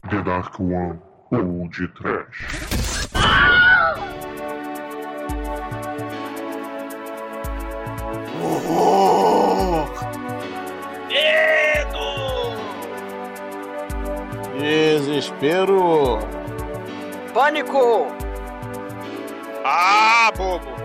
The Dark One ou de Trash. Horror! Medo! Desespero! Pânico! Ah, bobo!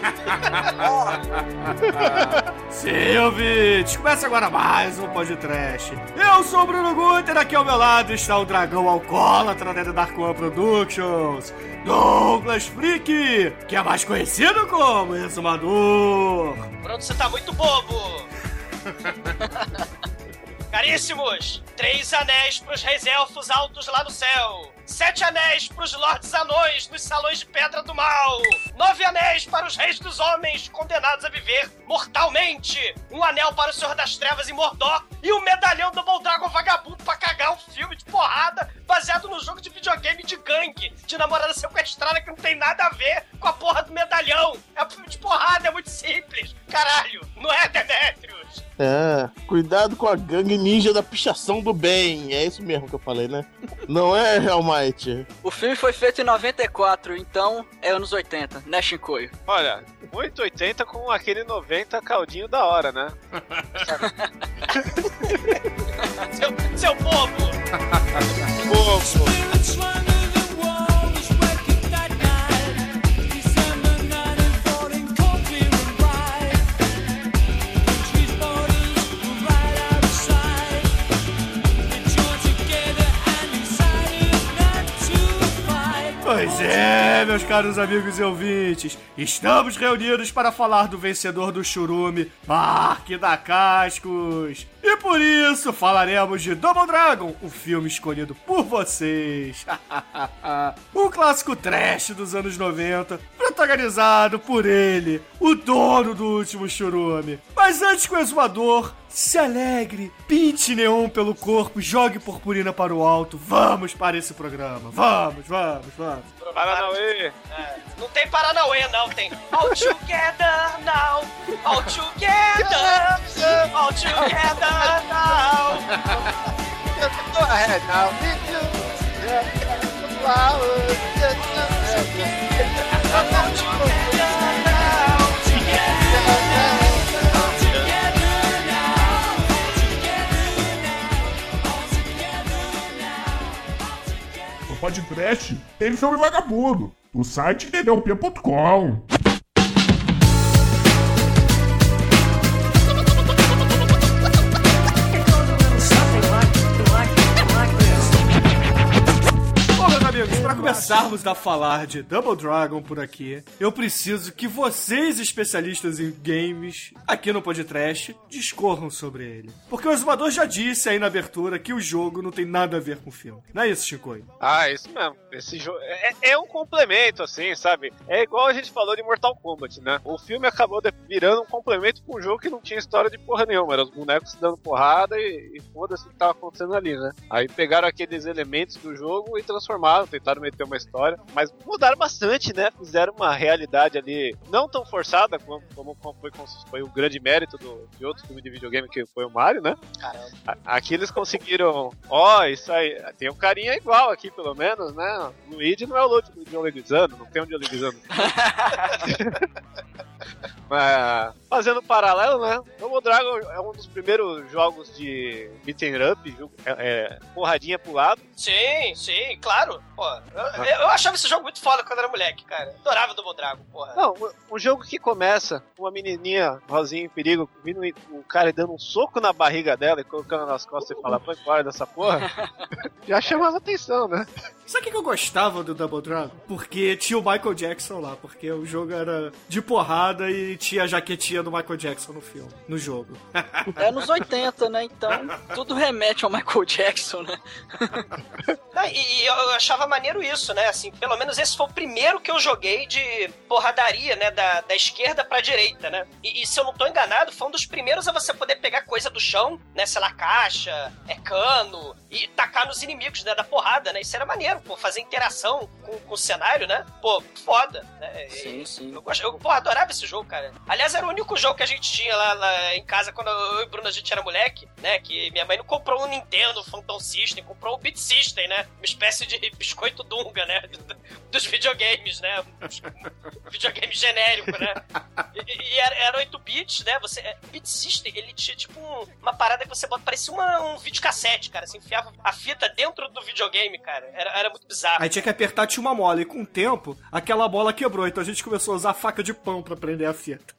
Sim, ouvintes, começa agora mais um podcast. Eu sou o Bruno Guter, aqui ao meu lado está o dragão alcoólatra da Dark One Productions, Douglas Freak, que é mais conhecido como Exumador. Pronto, você tá muito bobo! Caríssimos, 3 anéis pros reis elfos altos lá no céu, 7 anéis pros lordes anões nos salões de pedra do mal, 9 anéis para os reis dos homens condenados a viver mortalmente, 1 anel para o Senhor das Trevas em Mordor e um medalhão do Dragon vagabundo pra cagar um filme de porrada baseado no jogo de videogame de gangue, de namorada sequestrada que não tem nada a ver com a porra do medalhão. É um filme de porrada, é muito simples. Caralho, não é, Demetrius? É, cuidado com a gangue ninja da pichação do bem. É isso mesmo que eu falei, né? Não é, Real Might? O filme foi feito em 94, então é anos 80, né, Shinkoio? Olha, muito 80 com aquele 90 caldinho da hora, né? Seu bobo! Bobo! Pois é, meus caros amigos e ouvintes, estamos reunidos para falar do vencedor do churume, Parque da Cascos. E por isso falaremos de Double Dragon, o filme escolhido por vocês. Um clássico trash dos anos 90, protagonizado por ele, o dono do último churume. Mas antes que o exumador se alegre, pinte neon pelo corpo, jogue purpurina para o alto, vamos para esse programa. Vamos. Paranauê! Não tem Paranauê, não, tem All Together Now, All Together, All Together Now. Go ahead now, No podcast tem filme vagabundo, do site ddlp.com. Amigos, para começarmos a falar de Double Dragon por aqui, eu preciso que vocês, especialistas em games, aqui no podcast, discorram sobre ele. Porque o exumador já disse aí na abertura que o jogo não tem nada a ver com o filme. Não é isso, Chicoio? Ah, isso mesmo. Esse jogo é um complemento, assim, sabe? É igual a gente falou de Mortal Kombat, né? O filme acabou virando um complemento com um jogo que não tinha história de porra nenhuma. Eram os bonecos se dando porrada e foda-se o que tava acontecendo ali, né? Aí pegaram aqueles elementos do jogo e transformaram, tentaram meter uma história, mas mudaram bastante, né? Fizeram uma realidade ali não tão forçada como foi o grande mérito de outro filme de videogame que foi o Mario, né? Caramba. Aqui eles conseguiram, isso aí, tem um carinha igual aqui pelo menos, né? O Luigi não é o John Leguizano, não tem um John Leguizano. Mas, fazendo um paralelo, né? Double Dragon é um dos primeiros jogos de beat'em up, porradinha pro lado. Sim, claro. Pô, eu achava esse jogo muito foda quando era moleque, cara. Adorava Double Dragon, porra. Não, um jogo que começa com uma menininha rosinha em perigo, vindo o cara dando um soco na barriga dela e colocando nas costas e falando, vai embora dessa porra, já chamava atenção, né? Sabe o que eu gostava do Double Dragon? Porque tinha o Michael Jackson lá, porque o jogo era de porrada e tinha a jaquetinha do Michael Jackson no jogo. É nos 80, né? Então tudo remete ao Michael Jackson, né? E eu achava maneiro isso, né? Assim, pelo menos esse foi o primeiro que eu joguei de porradaria, né? Da esquerda pra direita, né? E se eu não tô enganado, foi um dos primeiros a você poder pegar coisa do chão, né? Sei lá, caixa, cano, e tacar nos inimigos, né? Da porrada, né? Isso era maneiro, pô, fazer interação com o cenário, né? Pô, foda, né? Sim. Eu adorava esse jogo, cara. Aliás, era o único jogo que a gente tinha lá em casa quando eu e o Bruno a gente era moleque, né? Que minha mãe não comprou um Nintendo Phantom System, comprou o Beat System, né? Uma espécie de biscoito Dunga, né? Dos videogames, né? Videogame genérico, né? E era 8 bits, né? Beat System, ele tinha tipo uma parada que você bota, parecia um videocassete, cara. Você enfiava a fita dentro do videogame, cara. Era muito bizarro. Aí tinha que apertar, tinha uma mola, e com o tempo, aquela bola quebrou, então a gente começou a usar faca de pão pra prender a fita.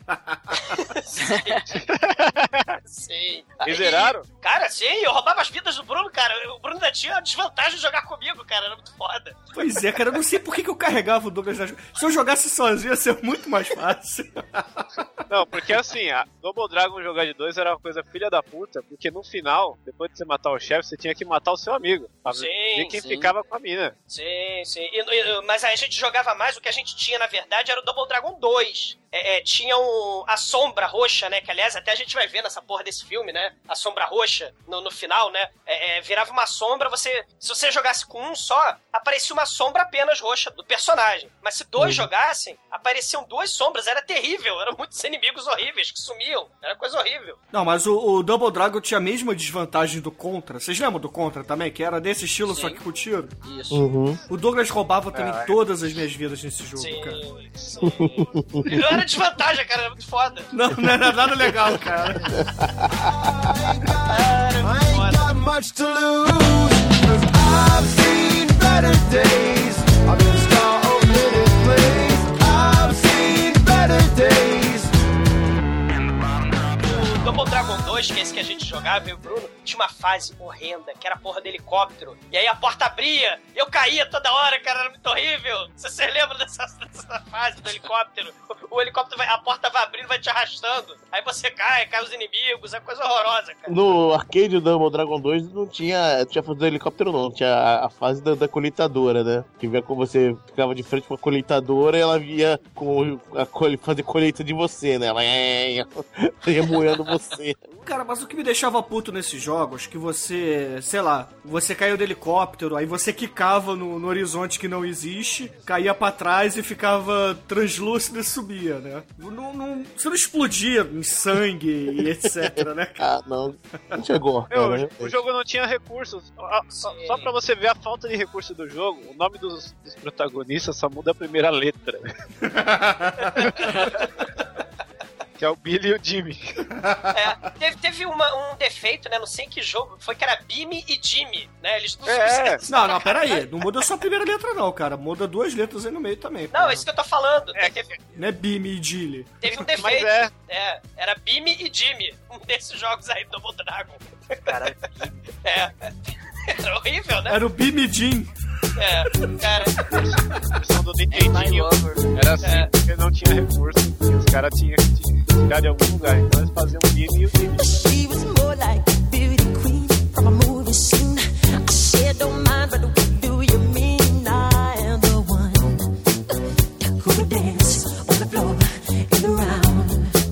Sim. E zeraram? Cara, sim, eu roubava as vidas do Bruno, cara. O Bruno ainda tinha a desvantagem de jogar comigo, cara. Era muito foda. Pois é, cara, eu não sei por que eu carregava o Douglas nas... Se eu jogasse sozinho, ia ser muito mais fácil. Não, porque assim, a Double Dragon jogar de 2 era uma coisa filha da puta, porque no final, depois de você matar o chefe, você tinha que matar o seu amigo. Pra ver quem ficava com a mina. Sim. Mas aí a gente jogava mais, o que a gente tinha, na verdade, era o Double Dragon 2. Tinha a sombra roxa, né? Que, aliás, até a gente vai ver nessa porra desse filme, né? A sombra roxa, no final, né? Virava uma sombra, se você jogasse com um só, aparecia uma sombra apenas roxa do personagem. Mas se dois jogassem, apareciam duas sombras. Era terrível. Eram muitos inimigos horríveis que sumiam. Era coisa horrível. Não, mas o Double Dragon tinha a mesma desvantagem do Contra. Vocês lembram do Contra também? Que era desse estilo, só que com tiro? Isso. O Douglas roubava também todas as minhas vidas nesse jogo, cara. Sim. Não era desvantagem, cara. Era muito foda. Não era nada legal, cara. Much to lose, 'cause I've seen better days. I've been star of many plays. I've seen better days. O Double Dragon 2, que é esse que a gente jogava, eu e o Bruno, tinha uma fase horrenda, que era a porra do helicóptero. E aí a porta abria, eu caía toda hora, cara, era muito horrível. Você lembra dessa fase do helicóptero? O helicóptero, a porta vai abrindo, vai te arrastando. Aí você cai os inimigos, é coisa horrorosa, cara. No arcade do Double Dragon 2 não tinha fase do helicóptero, não. Tinha a fase da coletadora, né? Que via como você ficava de frente com a coletadora e ela via fazer colheita de você, né? Ela ia remoendo você. Cara, mas o que me deixava puto nesses jogos, que você, sei lá, você caiu do helicóptero, aí você quicava no horizonte que não existe, caía pra trás e ficava translúcido e subia, né? Você não explodia em sangue e etc, né? Não chegou. O jogo não tinha recursos. Só pra você ver a falta de recurso do jogo, o nome dos protagonistas só muda a primeira letra. Que é o Billy e o Jimmy. Teve um defeito, né? Não sei em que jogo. Foi que era Bimmy e Jimmy, né? Eles não, peraí. Não muda só a primeira letra, não, cara. Muda 2 letras aí no meio também. Não, é isso que eu tô falando. Não é Bimmy e Jilly. Teve um defeito. Mas era Bimmy e Jimmy. Um desses jogos aí do Double Dragon. Caralho. Era horrível, né? Era o Bimmy Jim. Cara. A versão do Nintendinho era assim, porque não tinha recurso. E os caras tinham que tirar de algum lugar. Então eles faziam o Bimmy e o Jimmy. She was more like a beauty queen from a movie scene. I said don't mind, but what do you mean? I am the one who would dance on the floor in the round.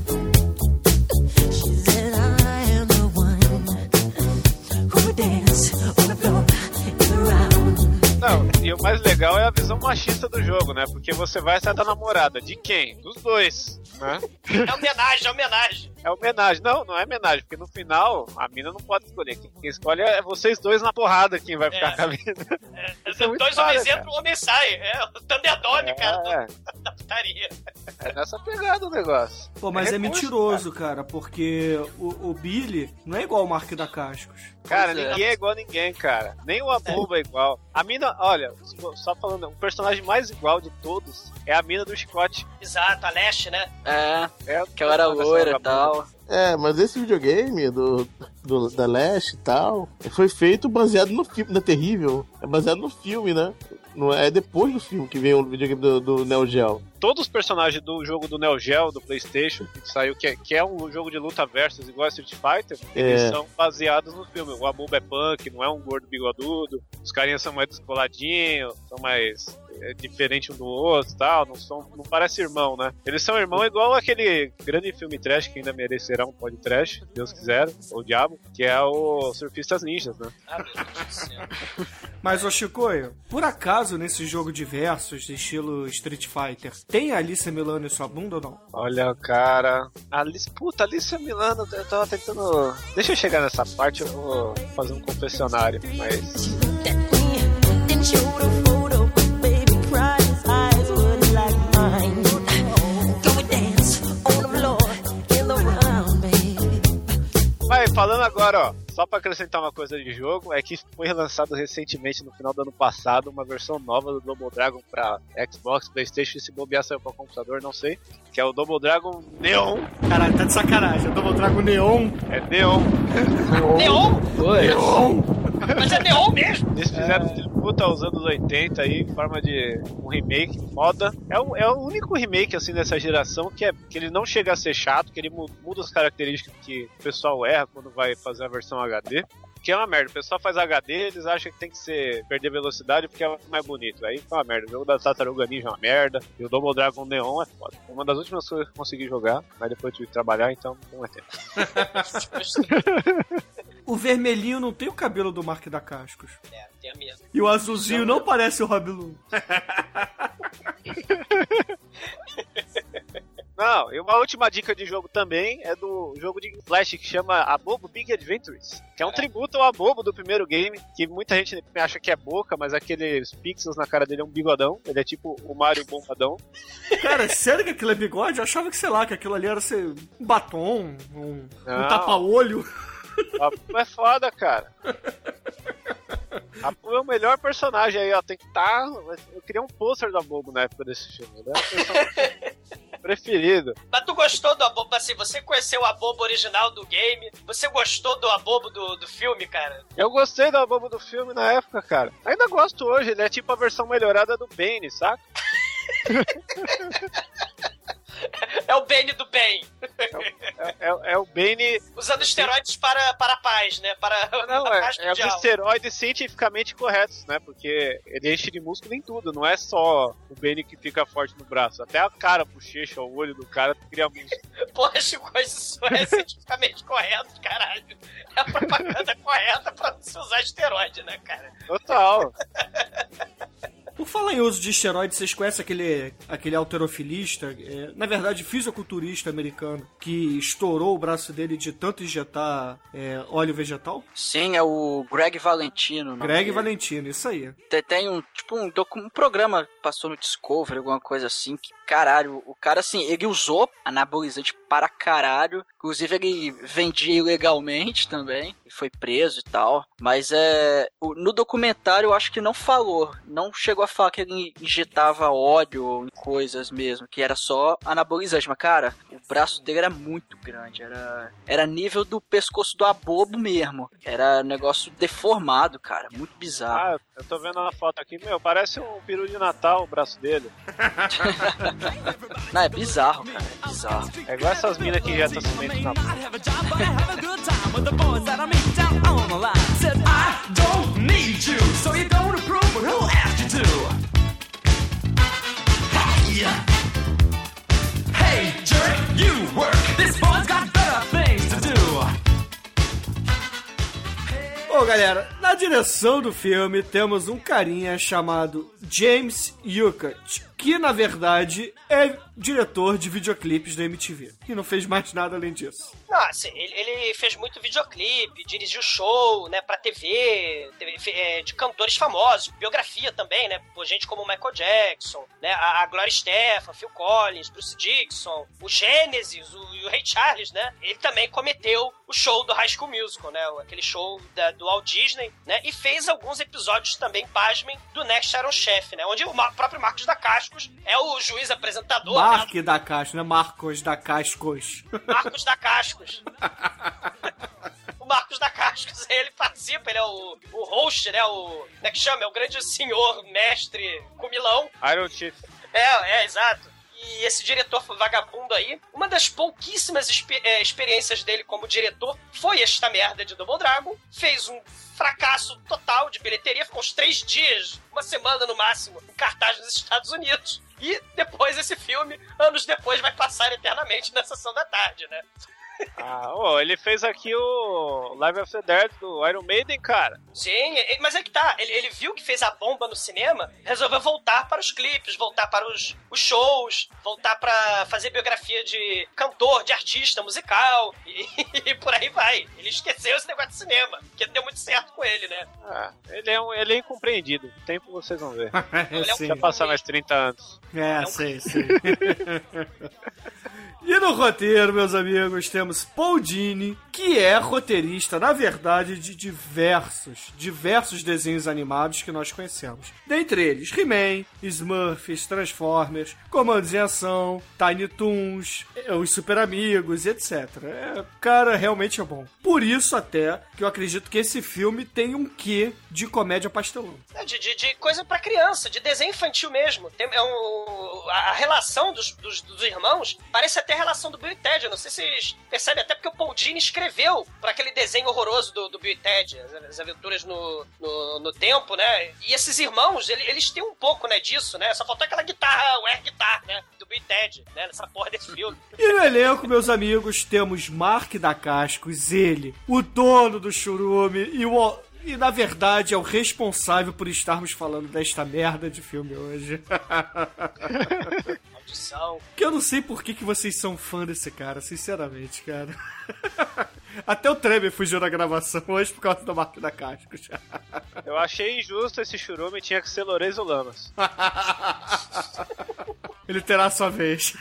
She said I am the one who would dance on the floor in the round. Não, e o mais legal é a visão machista do jogo, né? Porque você vai estar da namorada. De quem? Dos dois, né? É homenagem. É homenagem. Não é homenagem, porque no final a mina não pode escolher. Quem escolhe é vocês dois na porrada quem vai ficar com a mina. Dois homens entram, um homem sai. O Thunderdome, cara, da putaria. É nessa pegada o negócio. Pô, mas é mentiroso, cara, porque o Billy não é igual o Mark da Cascos. Cara, ninguém é igual a ninguém, cara. Nem o Abuba é igual. A mina, olha, só falando, o personagem mais igual de todos é a mina do Scott. Exato, a Lash, né? Que ela era loira e tal. Mas esse videogame da Lash e tal, foi feito baseado no filme, da Terrível. É baseado no filme, né? Não é depois do filme que veio o videogame do Neo Geo. Todos os personagens do jogo do Neo Geo, do PlayStation, que saiu, que é um jogo de luta versus igual a Street Fighter, eles são baseados no filme. O Abuba é punk, não é um gordo bigodudo, os carinhas são mais descoladinhos, são mais diferente um do outro e tal, não parece irmão, né? Eles são irmão igual aquele grande filme trash que ainda merecerá um podcast, se Deus quiser, ou o diabo, que é o Surfistas Ninjas, né? Ah, meu Deus do céu. Mas, ô Chicoio, por acaso nesse jogo de versus de estilo Street Fighter, tem a Alicia Milano em sua bunda ou não? Olha, cara. Alicia Milano, eu tava tentando. Deixa eu chegar nessa parte, eu vou fazer um confessionário, mas. Then showed a photo, baby cried, his eyes were like mine. Go and dance on the floor in the round, baby. Vai, falando agora, ó. Só pra acrescentar uma coisa de jogo, é que foi relançado recentemente, no final do ano passado, uma versão nova do Double Dragon pra Xbox, Playstation, e se bobear saiu pra computador, não sei, que é o Double Dragon Neon. Caralho, tá de sacanagem. O Double Dragon Neon. É Neon. Neon? Neon. Mas é Neon mesmo? Eles fizeram tributo aos anos 80 aí, em forma de um remake foda. É o único remake, assim, dessa geração que ele não chega a ser chato, que ele muda as características que o pessoal erra quando vai fazer a versão HD. Que é uma merda, o pessoal faz HD, eles acham que tem que perder velocidade porque é mais bonito. Aí é uma merda, o jogo da Tartaruga Ninja é uma merda, e o Double Dragon Neon é foda. Uma das últimas coisas que eu consegui jogar, mas depois tive que trabalhar, então não é tempo. O vermelhinho não tem o cabelo do Mark da Cascos. É, tem a mesma. E o azulzinho não parece o Rob Lu. Não, e uma última dica de jogo também é do jogo de Flash que chama Abobo Big Adventures, que é um tributo ao Abobo do primeiro game, que muita gente acha que é boca, mas aqueles pixels na cara dele é um bigodão, ele é tipo o Mario bombadão. Cara, sério que aquilo é bigode? Eu achava que, sei lá, que aquilo ali era ser um batom, um tapa-olho. A Abobo é foda, cara. A Abobo é o melhor personagem aí, ó, tem que estar... Eu queria um pôster da Abobo na época desse filme, né? Preferido. Mas tu gostou do Abobo, assim, você conheceu o Abobo original do game? Você gostou do Abobo do filme, cara? Eu gostei do Abobo do filme na época, cara. Ainda gosto hoje, ele é tipo a versão melhorada do Bane, saca? É o Bane do bem. É o Bane... Usando esteroides para a paz, né? Não, a paz é mundial. os esteroides cientificamente corretos, né? Porque ele enche de músculo em tudo. Não é só o Bane que fica forte no braço. Até a cara, a bochecha, o olho do cara cria músculo. Poxa, isso é cientificamente correto, caralho. É a propaganda correta pra se usar esteroide, né, cara? Total. Por falar em uso de esteroides, vocês conhecem aquele halterofilista, na verdade fisiculturista americano, que estourou o braço dele de tanto injetar óleo vegetal? Sim, é o Greg Valentino. Greg Valentino, isso aí. Tem um programa, passou no Discovery, alguma coisa assim, que caralho, o cara assim, ele usou anabolizante para caralho, inclusive ele vendia ilegalmente também, e foi preso e tal, mas no documentário eu acho que não chegou a falar que ele injetava óleo em coisas mesmo, que era só anabolizante, mas cara, o braço dele era muito grande, era nível do pescoço do Abobo mesmo, era negócio deformado, cara, muito bizarro. Ah, eu tô vendo uma foto aqui, parece um peru de Natal o braço dele. Não, é bizarro, cara, é bizarro. É igual essas minas que já estão cimento na boca. Hey, jerk, you work. This boy's got better things to do. Ô galera, na direção do filme temos um carinha chamado James Urquhart, que na verdade é diretor de videoclipes da MTV, e não fez mais nada além disso. Não, assim, ele fez muito videoclipe, dirigiu show, né, pra TV, de cantores famosos, biografia também, né, por gente como o Michael Jackson, né, a Gloria Estefan, Phil Collins, Bruce Dickinson, o Genesis, e o Ray Charles, né, ele também cometeu o show do High School Musical, né, aquele show do Walt Disney, né, e fez alguns episódios também, pasmem, do Next Iron Chef, né, onde o próprio Marcos da Cascos é o juiz apresentador. Mark da Cascos, não é Marcos da Cascos. Marcos da Cascos. O Marcos da Cascos, ele participa, ele é o host, né, como é que chama? É o grande senhor, mestre, comilão. Iron Chief. Exato. E esse diretor vagabundo aí, uma das pouquíssimas experiências dele como diretor foi esta merda de Double Dragon. Fez um fracasso total de bilheteria, ficou uns 3 dias, uma semana no máximo, em cartaz nos Estados Unidos. E depois esse filme, anos depois, vai passar eternamente na sessão da tarde, né? Ele fez aqui o Live of the Dead do Iron Maiden, cara. Sim, mas é que tá, ele viu que fez a bomba no cinema, resolveu voltar para os clipes, voltar para os shows, voltar para fazer biografia de cantor, de artista musical, e por aí vai. Ele esqueceu esse negócio de cinema, que deu muito certo com ele, né? Ele é incompreendido. O tempo vocês vão ver. Sim. Vai passar mais 30 anos. Sei. E no roteiro, meus amigos, temos Paul Dini, que é roteirista, na verdade, de diversos desenhos animados que nós conhecemos. Dentre eles, He-Man, Smurfs, Transformers, Comandos em Ação, Tiny Toons, Os Super Amigos, etc. Cara, realmente é bom. Por isso, até, que eu acredito que esse filme tem um quê de comédia pastelão. De coisa pra criança, de desenho infantil mesmo. A relação dos irmãos parece até a relação do Bill e Ted. Eu não sei se vocês percebem, até porque o Paul Dini escreveu para aquele desenho horroroso do Bill e Ted, as aventuras no tempo, né? E esses irmãos, eles têm um pouco, né, disso, né? Só faltou aquela guitarra, o air guitar, né? Do Bill e Ted, né? Nessa porra desse filme. E no elenco, meus amigos, temos Mark Dacascos, ele, o dono do Churume e, na verdade, é o responsável por estarmos falando desta merda de filme hoje. Maldição. Que eu não sei por que vocês são fã desse cara, sinceramente, cara. Até o Tremer fugiu da gravação hoje por causa do Mark Dacascos. Eu achei injusto esse Churume, tinha que ser Lorenzo Lamas. Ele terá a sua vez.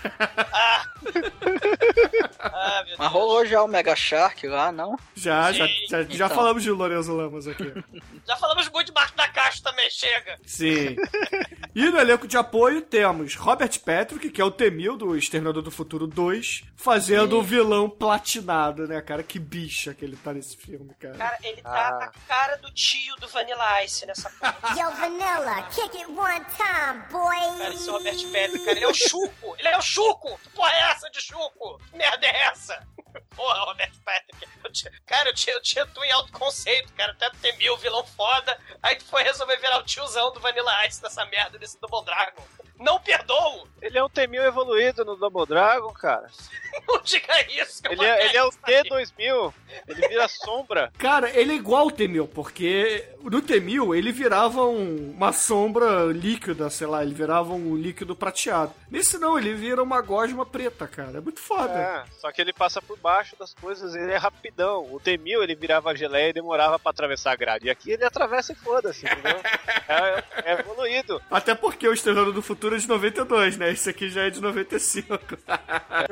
Meu Deus. Mas rolou já o Mega Shark lá, não? Já Então. falamos de Lorenzo Lamas aqui. Já falamos muito de Marco da Caixa também, chega. Sim. E no elenco de apoio temos Robert Patrick, que é o T-1000 do Exterminador do Futuro 2, fazendo o vilão platinado, né, cara? Que bicha que ele tá nesse filme, cara. Cara, ele tá a cara do tio do Vanilla Ice nessa porra. Yo, Vanilla, kick it one time, boy. Cara, esse Robert Patrick, cara, ele é o Chuco! Ele é o Chuco! Que porra é essa de Chuco? Que merda é essa? Porra, Robert Patrick. Eu tinha tu em alto conceito, cara. Até ter mil vilão foda. Aí tu foi resolver virar o tiozão do Vanilla Ice dessa merda, desse Double Dragon. Não perdoo! Ele é um T-1000 evoluído no Double Dragon, cara. Não diga isso, que Ele é o T-2000. Ele vira sombra. Cara, ele é igual ao T-1000, porque no T-1000 ele virava uma sombra líquida, sei lá, ele virava um líquido prateado. Nesse não, ele vira uma gosma preta, cara. É muito foda. É, só que ele passa por baixo das coisas, ele é rapidão. O T-1000 ele virava geleia e demorava pra atravessar a grade. E aqui ele atravessa e foda-se, entendeu? É evoluído. Até porque o Exterminador do Futuro é de 92, né? Esse aqui já é de 95. Cara,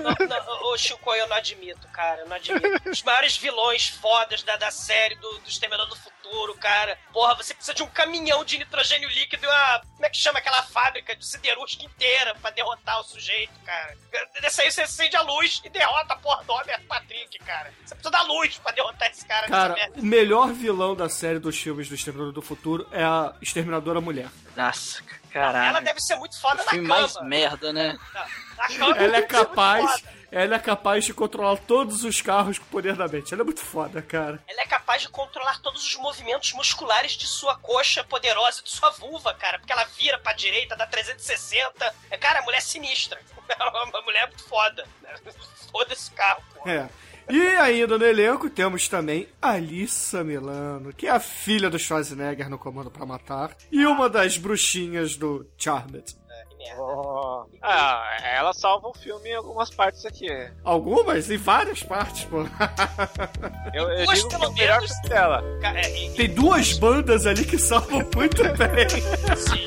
ô Chico, eu não admito, cara. Eu não admito. Os maiores vilões fodas da série do Exterminador do Futuro, cara. Porra, você precisa de um caminhão de nitrogênio líquido e uma... Como é que chama aquela fábrica de siderúrgica inteira pra derrotar o sujeito, cara? Dessa aí você acende a luz e derrota a porra do Robert Patrick, cara. Você precisa da luz pra derrotar esse cara. Cara, o melhor vilão da série dos filmes do Exterminador do Futuro é a Exterminadora Mulher. Nossa, caralho. Ela deve ser muito foda na Filme cama. mais merda, né? Na cama Ela é deve ser muito capaz... foda. Ela é capaz de controlar todos os carros com o poder da mente. Ela é muito foda, cara. Ela é capaz de controlar todos os movimentos musculares de sua coxa poderosa e de sua vulva, cara. Porque ela vira pra direita, dá 360. Cara, a mulher é sinistra. A mulher é muito foda. Foda esse carro, pô. É. E ainda no elenco temos também Alyssa Milano, que é a filha do Schwarzenegger no Comando pra Matar. E uma das bruxinhas do Charmed. Oh. Ela salva o filme em algumas partes aqui. Algumas? Em várias partes, pô. Eu Duas, digo que pelo é melhor menos. que dela. Tem duas bandas ali que salvam muito bem. Sim.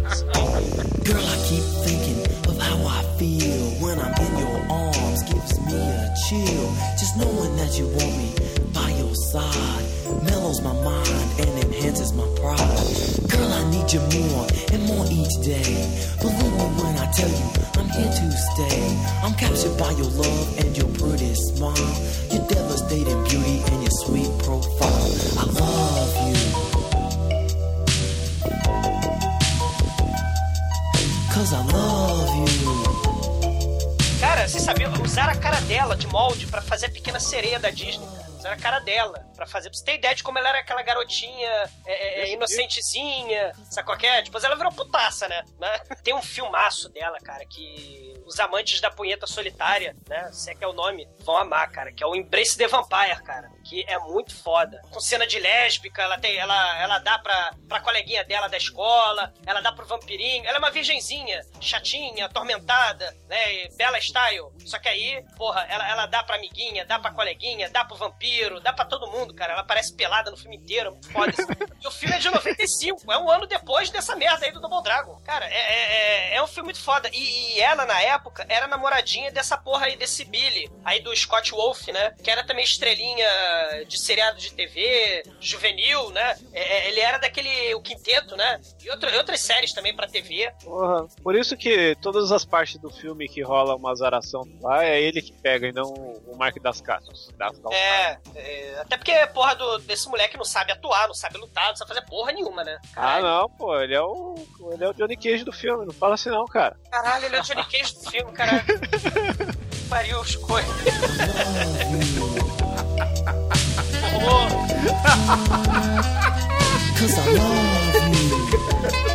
Girl, I keep thinking of how I feel when I'm in your arms. Gives me a chill. Just knowing that you want me by your side mellows my mind and enhances my pride. Girl, I need you more and more each day. Believe me when I tell you I'm here to stay. I'm captured by your love and your pretty smile, your devastating beauty and your sweet profile. I love you, 'cause I love you. Usaram a cara dela de molde pra fazer a Pequena Sereia da Disney, cara. Usaram a cara dela pra fazer. Pra você ter ideia de como ela era aquela garotinha inocentezinha, sabe qual que é? Depois ela virou putaça, né? Tem um filmaço dela, cara, que os amantes da punheta solitária, né? Se é que é o nome, vão amar, cara. Que é o Embrace the Vampire, cara. Que é muito foda. Com cena de lésbica, ela dá pra coleguinha dela da escola, ela dá pro vampirinho. Ela é uma virgenzinha, chatinha, atormentada, né? Bela style. Só que aí, porra, ela dá pra amiguinha, dá pra coleguinha, dá pro vampiro, dá pra todo mundo, cara. Ela parece pelada no filme inteiro, muito foda. E o filme é de 95, é um ano depois dessa merda aí do Double Dragon. Cara, é um filme muito foda. E ela, na época, era namoradinha dessa porra aí, desse Billy, aí do Scott Wolf, né? Que era também estrelinha de seriado de TV, juvenil, né? Ele era daquele, o Quinteto, né? E outras séries também pra TV. Porra, por isso que todas as partes do filme que rola uma azaração lá, é ele que pega e não o Mark das Casas. Até porque, porra, desse moleque não sabe atuar, não sabe lutar, não sabe fazer porra nenhuma, né? Caralho. Ah, não, pô, ele é o Johnny Cage do filme, não fala assim não, cara. Caralho, ele é o Johnny Cage do filme, caralho. Pariu os coisas. Cause I love you.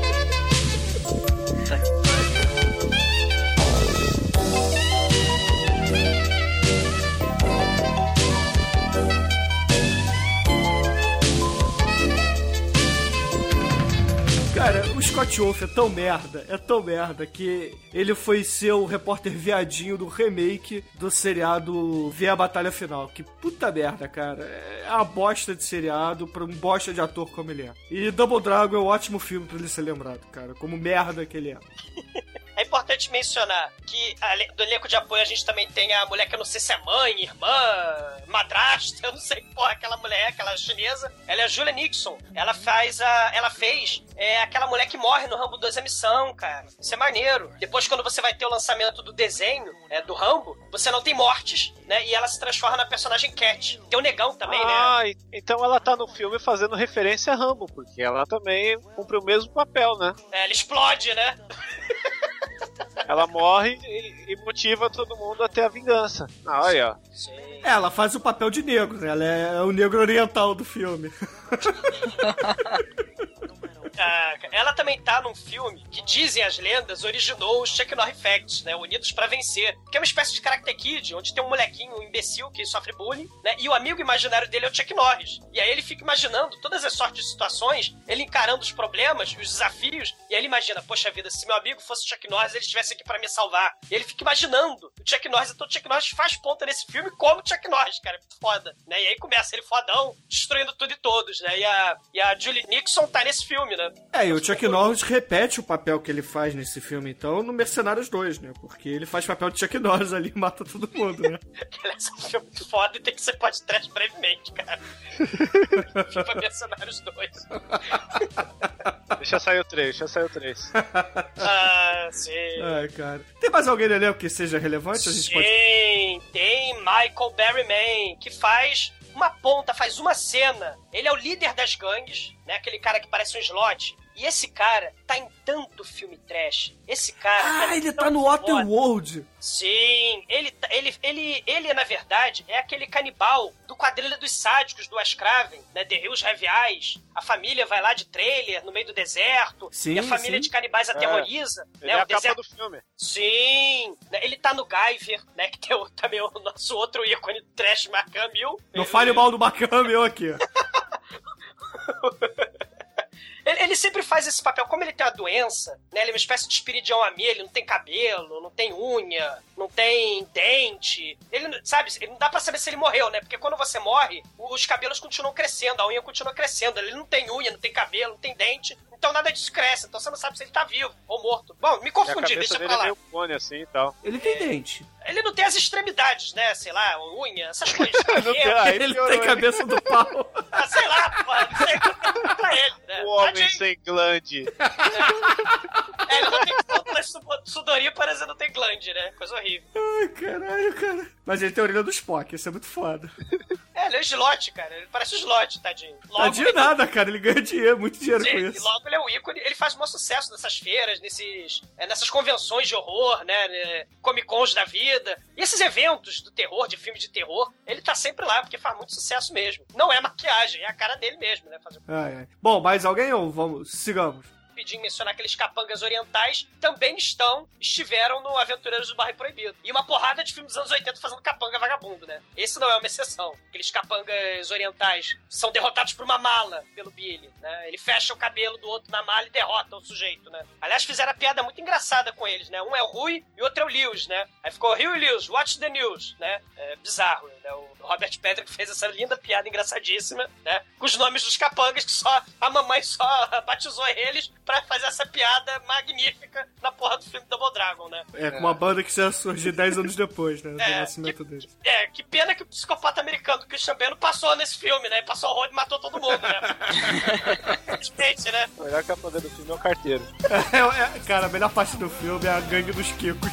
Cara, o Scott Wolf é tão merda, que ele foi ser o repórter viadinho do remake do seriado Ver a Batalha Final. Que puta merda, cara. É uma bosta de seriado pra um bosta de ator como ele é. E Double Dragon é um ótimo filme pra ele ser lembrado, cara. Como merda que ele é. É importante mencionar que do elenco de apoio a gente também tem a mulher que eu não sei se é mãe, irmã, madrasta, eu não sei porra, aquela mulher, aquela chinesa. Ela é a Julia Nixon. Ela fez aquela mulher que morre no Rambo 2 A Missão, cara. Isso é maneiro. Depois, quando você vai ter o lançamento do desenho do Rambo, você não tem mortes, né? E ela se transforma na personagem Cat. Tem o Negão também, né? Ah, então ela tá no filme fazendo referência a Rambo, porque ela também cumpre o mesmo papel, né? Ela explode, né? Ela morre e motiva todo mundo a ter a vingança. Ah, olha, ó. Ela faz o papel de negro, né? Ela é o negro oriental do filme. Ela também tá num filme que, dizem as lendas, originou os Chuck Norris Facts, né? Unidos pra Vencer. Que é uma espécie de Karate Kid, onde tem um molequinho, um imbecil que sofre bullying, né? E o amigo imaginário dele é o Chuck Norris. E aí ele fica imaginando todas as sortes de situações, ele encarando os problemas, os desafios, e aí ele imagina, poxa vida, se meu amigo fosse o Chuck Norris, ele estivesse aqui pra me salvar. E ele fica imaginando o Chuck Norris, então o Chuck Norris faz ponta nesse filme como o Chuck Norris, cara, é foda, né? E aí começa ele fodão, destruindo tudo e todos, né? E a Julie Nixon tá nesse filme, né? E o Chuck Norris repete o papel que ele faz nesse filme, então, no Mercenários 2, né? Porque ele faz papel de Chuck Norris ali e mata todo mundo, né? Esse filme muito foda e tem que ser podcast brevemente, cara. FIFA Mercenários 2. Deixa sair o 3. Ah, sim. Ai, cara. Tem mais alguém no elenco que seja relevante? A gente tem Michael Berryman, que faz uma ponta, faz uma cena. Ele é o líder das gangues, né? Aquele cara que parece um slot. E esse cara tá em tanto filme trash. Esse cara... ele tá no Waterworld. Sim. Ele, na verdade, é aquele canibal do Quadrilha dos Sádicos, do Wes Craven, né? The Hills Have Eyes. A família vai lá de trailer, no meio do deserto. Sim, e a família de canibais aterroriza. Ele é a capa do filme. Sim. Ele tá no Guyver, né? Que tem também o nosso outro ícone do trash, Mark Hamill. Não fale mal do Mark Hamill aqui. Ele sempre faz esse papel, como ele tem uma doença, né? Ele é uma espécie de espiridião amigo, ele não tem cabelo, não tem unha, não tem dente. Ele, sabe, ele não dá pra saber se ele morreu, né? Porque quando você morre, os cabelos continuam crescendo, a unha continua crescendo. Ele não tem unha, não tem cabelo, não tem dente, então nada disso cresce. Então você não sabe se ele tá vivo ou morto. Bom, me confundi, deixa pra lá. É meio cone assim e tal. Ele tem dente. Ele não tem as extremidades, né? Sei lá, unha, essas coisas. Ele tem cabeça do pau. Sei lá, porra, não sei pra ele, né? O homem sem glande. Ele não tem sudoríparas e não tem glande, né? Coisa horrível. Ai, caralho, cara. Mas ele tem a orelha do Spock, isso é muito foda. Ele é o Slot, cara. Ele parece o Slot, tadinho. Logo, Tadinho nada, cara. Ele ganha dinheiro, muito dinheiro com e isso. logo ele é o ícone. Ele faz um bom sucesso nessas feiras, nessas convenções de horror, né? Comic-Cons da vida. E esses eventos do terror, de filme de terror, ele tá sempre lá, porque faz muito sucesso mesmo. Não é maquiagem, é a cara dele mesmo, né? Bom, mais alguém ou sigamos? Rapidinho mencionar aqueles capangas orientais também estiveram no Aventureiros do Bairro Proibido. E uma porrada de filmes dos anos 80 fazendo capanga vagabundo, né? Esse não é uma exceção. Aqueles capangas orientais são derrotados por uma mala pelo Billy, né? Ele fecha o cabelo do outro na mala e derrota o sujeito, né? Aliás, fizeram a piada muito engraçada com eles, né? Um é o Rui e o outro é o Lewis, né? Aí ficou Rui e Lewis, watch the news, né? É bizarro, né? O Robert Patrick fez essa linda piada engraçadíssima, né? Com os nomes dos capangas que só a mamãe só batizou eles pra fazer essa piada magnífica na porra do filme Double Dragon, né? Com uma banda que já surgiu 10 anos depois, né? Do nascimento dele. Que pena que o psicopata americano do Christian Bale passou nesse filme, né? Passou o rodo e matou todo mundo, né? Respeite, né? A melhor capanga do filme é o carteiro. Cara, a melhor parte do filme é a gangue dos Kikos.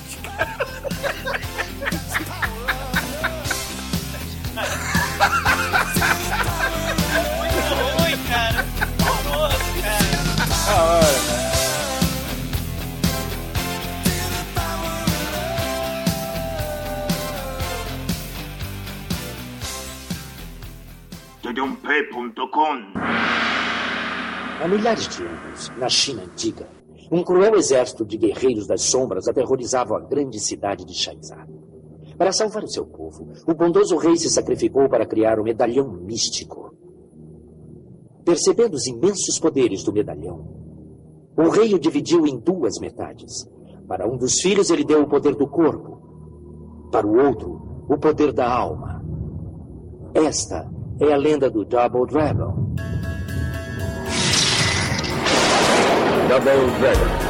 Muito ruim, cara. Horroroso, cara. Tudumpe.com. Há milhares de anos, na China antiga, um cruel exército de guerreiros das sombras aterrorizava a grande cidade de Shaizar. Para salvar o seu povo, o bondoso rei se sacrificou para criar um medalhão místico. Percebendo os imensos poderes do medalhão, o rei o dividiu em duas metades. Para um dos filhos ele deu o poder do corpo, para o outro, o poder da alma. Esta é a lenda do Double Dragon. Double Dragon.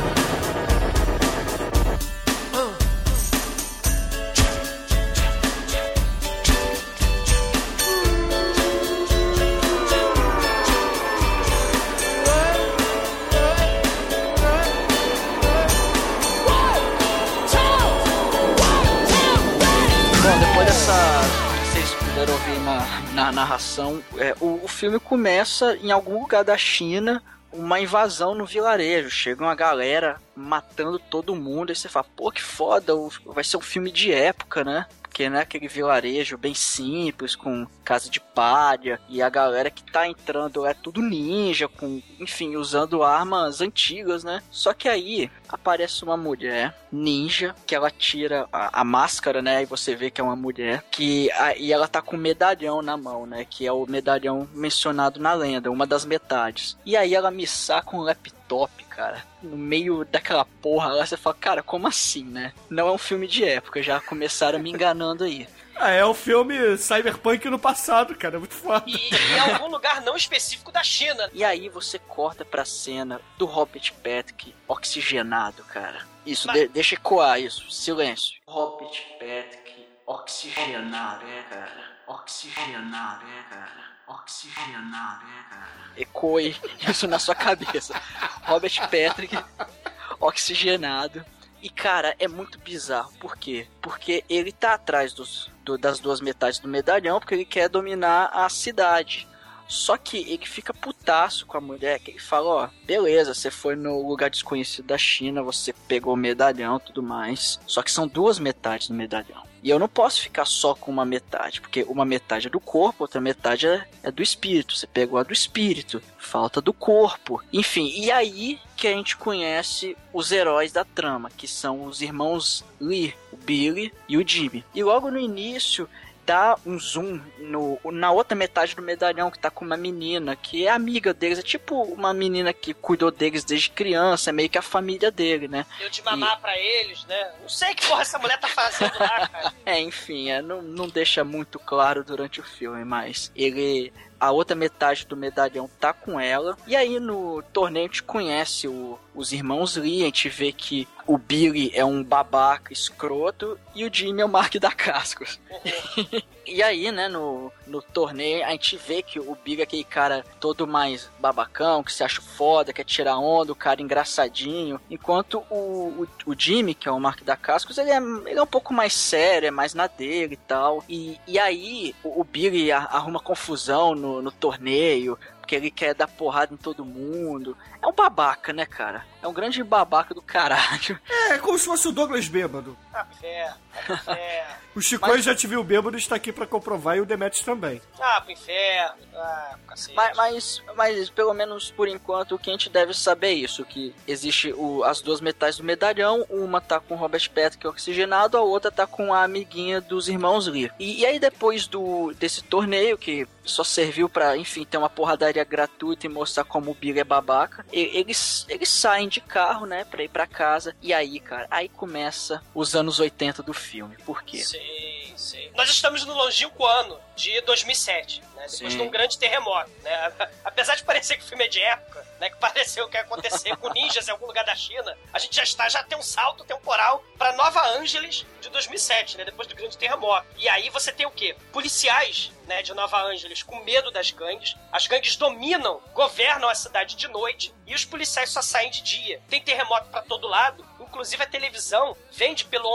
Na narração, o filme começa em algum lugar da China, uma invasão no vilarejo, chega uma galera matando todo mundo, aí você fala, pô, que foda, vai ser um filme de época, né? Porque, né, aquele vilarejo bem simples, com casa de palha, e a galera que tá entrando é tudo ninja, enfim, usando armas antigas, né? Só que aí aparece uma mulher ninja, que ela tira a máscara, né, e você vê que é uma mulher, e ela tá com um medalhão na mão, né, que é o medalhão mencionado na lenda, uma das metades. E aí ela me saca um laptop, cara, no meio daquela porra lá, você fala, cara, como assim, né? Não é um filme de época, já começaram me enganando aí. É um filme cyberpunk no passado, cara, é muito foda. E em algum lugar não específico da China. E aí você corta pra cena do Robert Patrick oxigenado, cara. Isso, deixa ecoar isso, silêncio. Robert Patrick oxigenado, cara. Oxigenado, cara. Oxigenado, cara. Ecoe isso na sua cabeça. Robert Patrick oxigenado. E, cara, é muito bizarro. Por quê? Porque ele tá atrás das duas metades do medalhão, porque ele quer dominar a cidade. Só que ele fica putaço com a mulher, que ele fala, ó, beleza, você foi no lugar desconhecido da China, você pegou o medalhão e tudo mais. Só que são duas metades do medalhão. E eu não posso ficar só com uma metade, porque uma metade é do corpo, outra metade é do espírito. Você pegou a do espírito, falta do corpo. Enfim, e aí que a gente conhece os heróis da trama, que são os irmãos Lee, o Billy e o Jimmy. E logo no início dá um zoom na outra metade do medalhão, que tá com uma menina que é amiga deles, é tipo uma menina que cuidou deles desde criança, é meio que a família dele, né? Deu de mamar pra eles, né? Não sei que porra essa mulher tá fazendo lá, cara. Enfim, não deixa muito claro durante o filme, mas a outra metade do medalhão tá com ela. E aí no torneio a gente conhece os irmãos Lee, a gente vê que o Billy é um babaca escroto e o Jimmy é o Mark da Cascos. E aí, né, no torneio, a gente vê que o Billy é aquele cara todo mais babacão, que se acha foda, quer tirar onda, o cara engraçadinho. Enquanto o Jimmy, que é o Mark da Cascos, ele é um pouco mais sério, é mais na dele e tal. E aí, o Billy arruma confusão no torneio, porque ele quer dar porrada em todo mundo. É um babaca, né, cara? É um grande babaca do caralho. É como se fosse o Douglas bêbado. O Chico já te viu bêbado e está aqui pra comprovar, e o Demetrius também. Pro inferno. Cacete. Mas pelo menos por enquanto o que a gente deve saber é isso, que existe as duas metades do medalhão, uma tá com o Robert Patrick oxigenado, a outra tá com a amiguinha dos irmãos Lee. E aí depois desse torneio, que só serviu pra, enfim, ter uma porradaria gratuita e mostrar como o Billy é babaca, eles saem de carro, né, pra ir pra casa, e aí, cara, aí começa os anos 80 do filme. Por quê? Sim. Nós estamos no longínquo ano de 2007, né? Depois de um grande terremoto, né? Apesar de parecer que o filme é de época, né? Que pareceu que ia acontecer com ninjas em algum lugar da China, a gente já tem um salto temporal pra Nova Angeles de 2007, né? Depois do grande terremoto. E aí você tem o quê? Policiais, né, de Nova Angeles com medo das gangues. As gangues dominam, governam a cidade de noite e os policiais só saem de dia. Tem terremoto pra todo lado. Inclusive a televisão vende pelo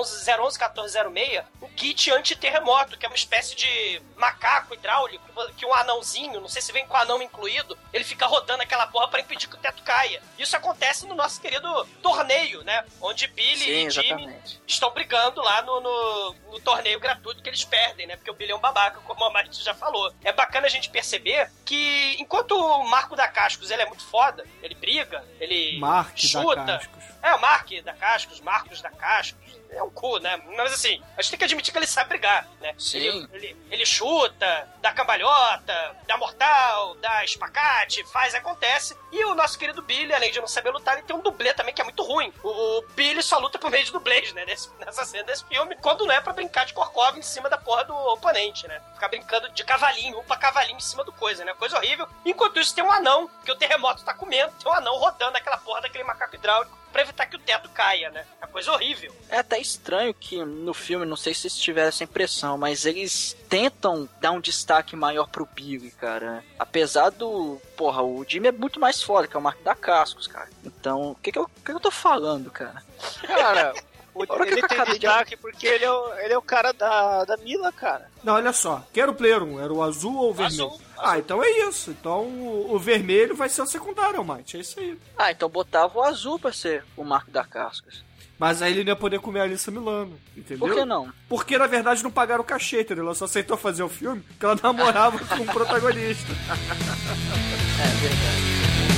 011-1406 o kit anti-terremoto, que é uma espécie de macaco hidráulico que um anãozinho, não sei se vem com anão incluído, ele fica rodando aquela porra pra impedir que o teto caia. Isso acontece no nosso querido torneio, né? Onde Billy e Jimmy estão brigando lá no torneio gratuito que eles perdem, né? Porque o Billy é um babaca, como a Mari já falou. É bacana a gente perceber que enquanto o Marco da Cascos ele é muito foda, ele briga, ele chuta. O Marcos da Cascos. É um cu, né? Mas assim, a gente tem que admitir que ele sabe brigar, né? Sim. Ele chuta, dá cambalhota, dá mortal, dá espacate, acontece. E o nosso querido Billy, além de não saber lutar, ele tem um dublê também que é muito ruim. O Billy só luta por meio de dublês, né? Nessa cena desse filme, quando não é pra brincar de corcova em cima da porra do oponente, né? Ficar brincando de cavalinho, upa cavalinho em cima do coisa, né? Coisa horrível. Enquanto isso tem um anão, que o terremoto tá comendo, tem um anão rodando aquela porra daquele macaco hidráulico pra evitar que o teto caia, né? É coisa horrível. É até estranho que no filme, não sei se vocês tiveram essa impressão, mas eles tentam dar um destaque maior pro Billy, cara. Apesar do... Porra, o Jimmy é muito mais foda, que é o Marco da Cascos, cara. Então, o que eu tô falando, cara? Cara... Ele tem destaque porque ele é o cara da Mila, cara. Não, olha só. Quero o player 1. Era o azul ou o vermelho? Azul. Então é isso. Então o vermelho vai ser o secundário, Mate. É isso aí. Então botava o azul pra ser o Marco da Cascas. Mas aí ele não ia poder comer a Alissa Milano, entendeu? Por que não? Porque, na verdade, não pagaram o cachê, entendeu? Ela só aceitou fazer o filme porque ela namorava com o protagonista. É verdade.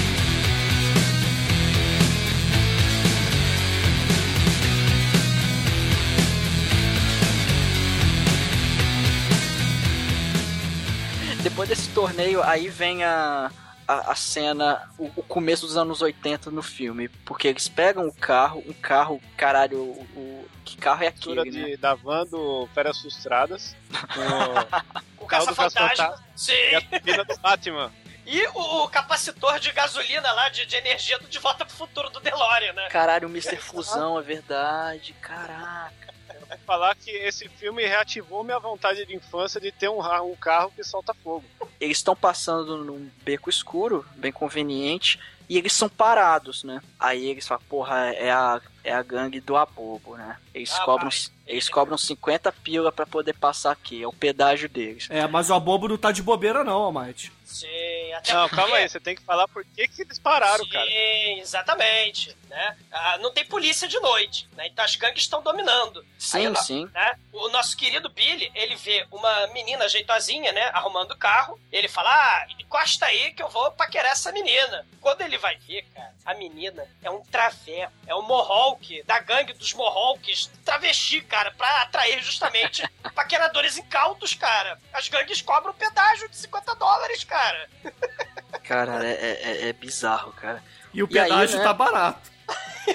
Depois desse torneio, aí vem a cena, o começo dos anos 80 no filme. Porque eles pegam um carro, caralho, que carro é aquele, né? Da van do Férias Frustradas. O Caça-Fantasma. Sim. E a menina do Batman. E o capacitor de gasolina lá, de energia do De Volta pro Futuro do DeLorean, né? Caralho, o Mr. Fusão, é verdade. Caraca. Vou falar que esse filme reativou minha vontade de infância de ter um carro que solta fogo. Eles estão passando num beco escuro, bem conveniente, e eles são parados, né? Aí eles falam, porra, é a gangue do Abobo, né? Eles cobram 50 pila pra poder passar aqui, é o pedágio deles. Mas o Abobo não tá de bobeira não, Almighty. Sim, até não, porque... calma aí, você tem que falar por que eles pararam, cara. Sim, exatamente, né? Não tem polícia de noite, né? Então as gangues estão dominando. Sim, sim. Né? O nosso querido Billy, ele vê uma menina jeitosinha, né? Arrumando o carro. Ele fala, encosta aí que eu vou paquerar essa menina. Quando ele vai ver, cara, a menina é um traveco, é um Mohawk, da gangue dos Mohawks, travesti, cara, pra atrair justamente paqueradores incautos, cara. As gangues cobram pedágio de $50, cara. Cara, é bizarro, cara. E o pedágio aí, né? tá barato.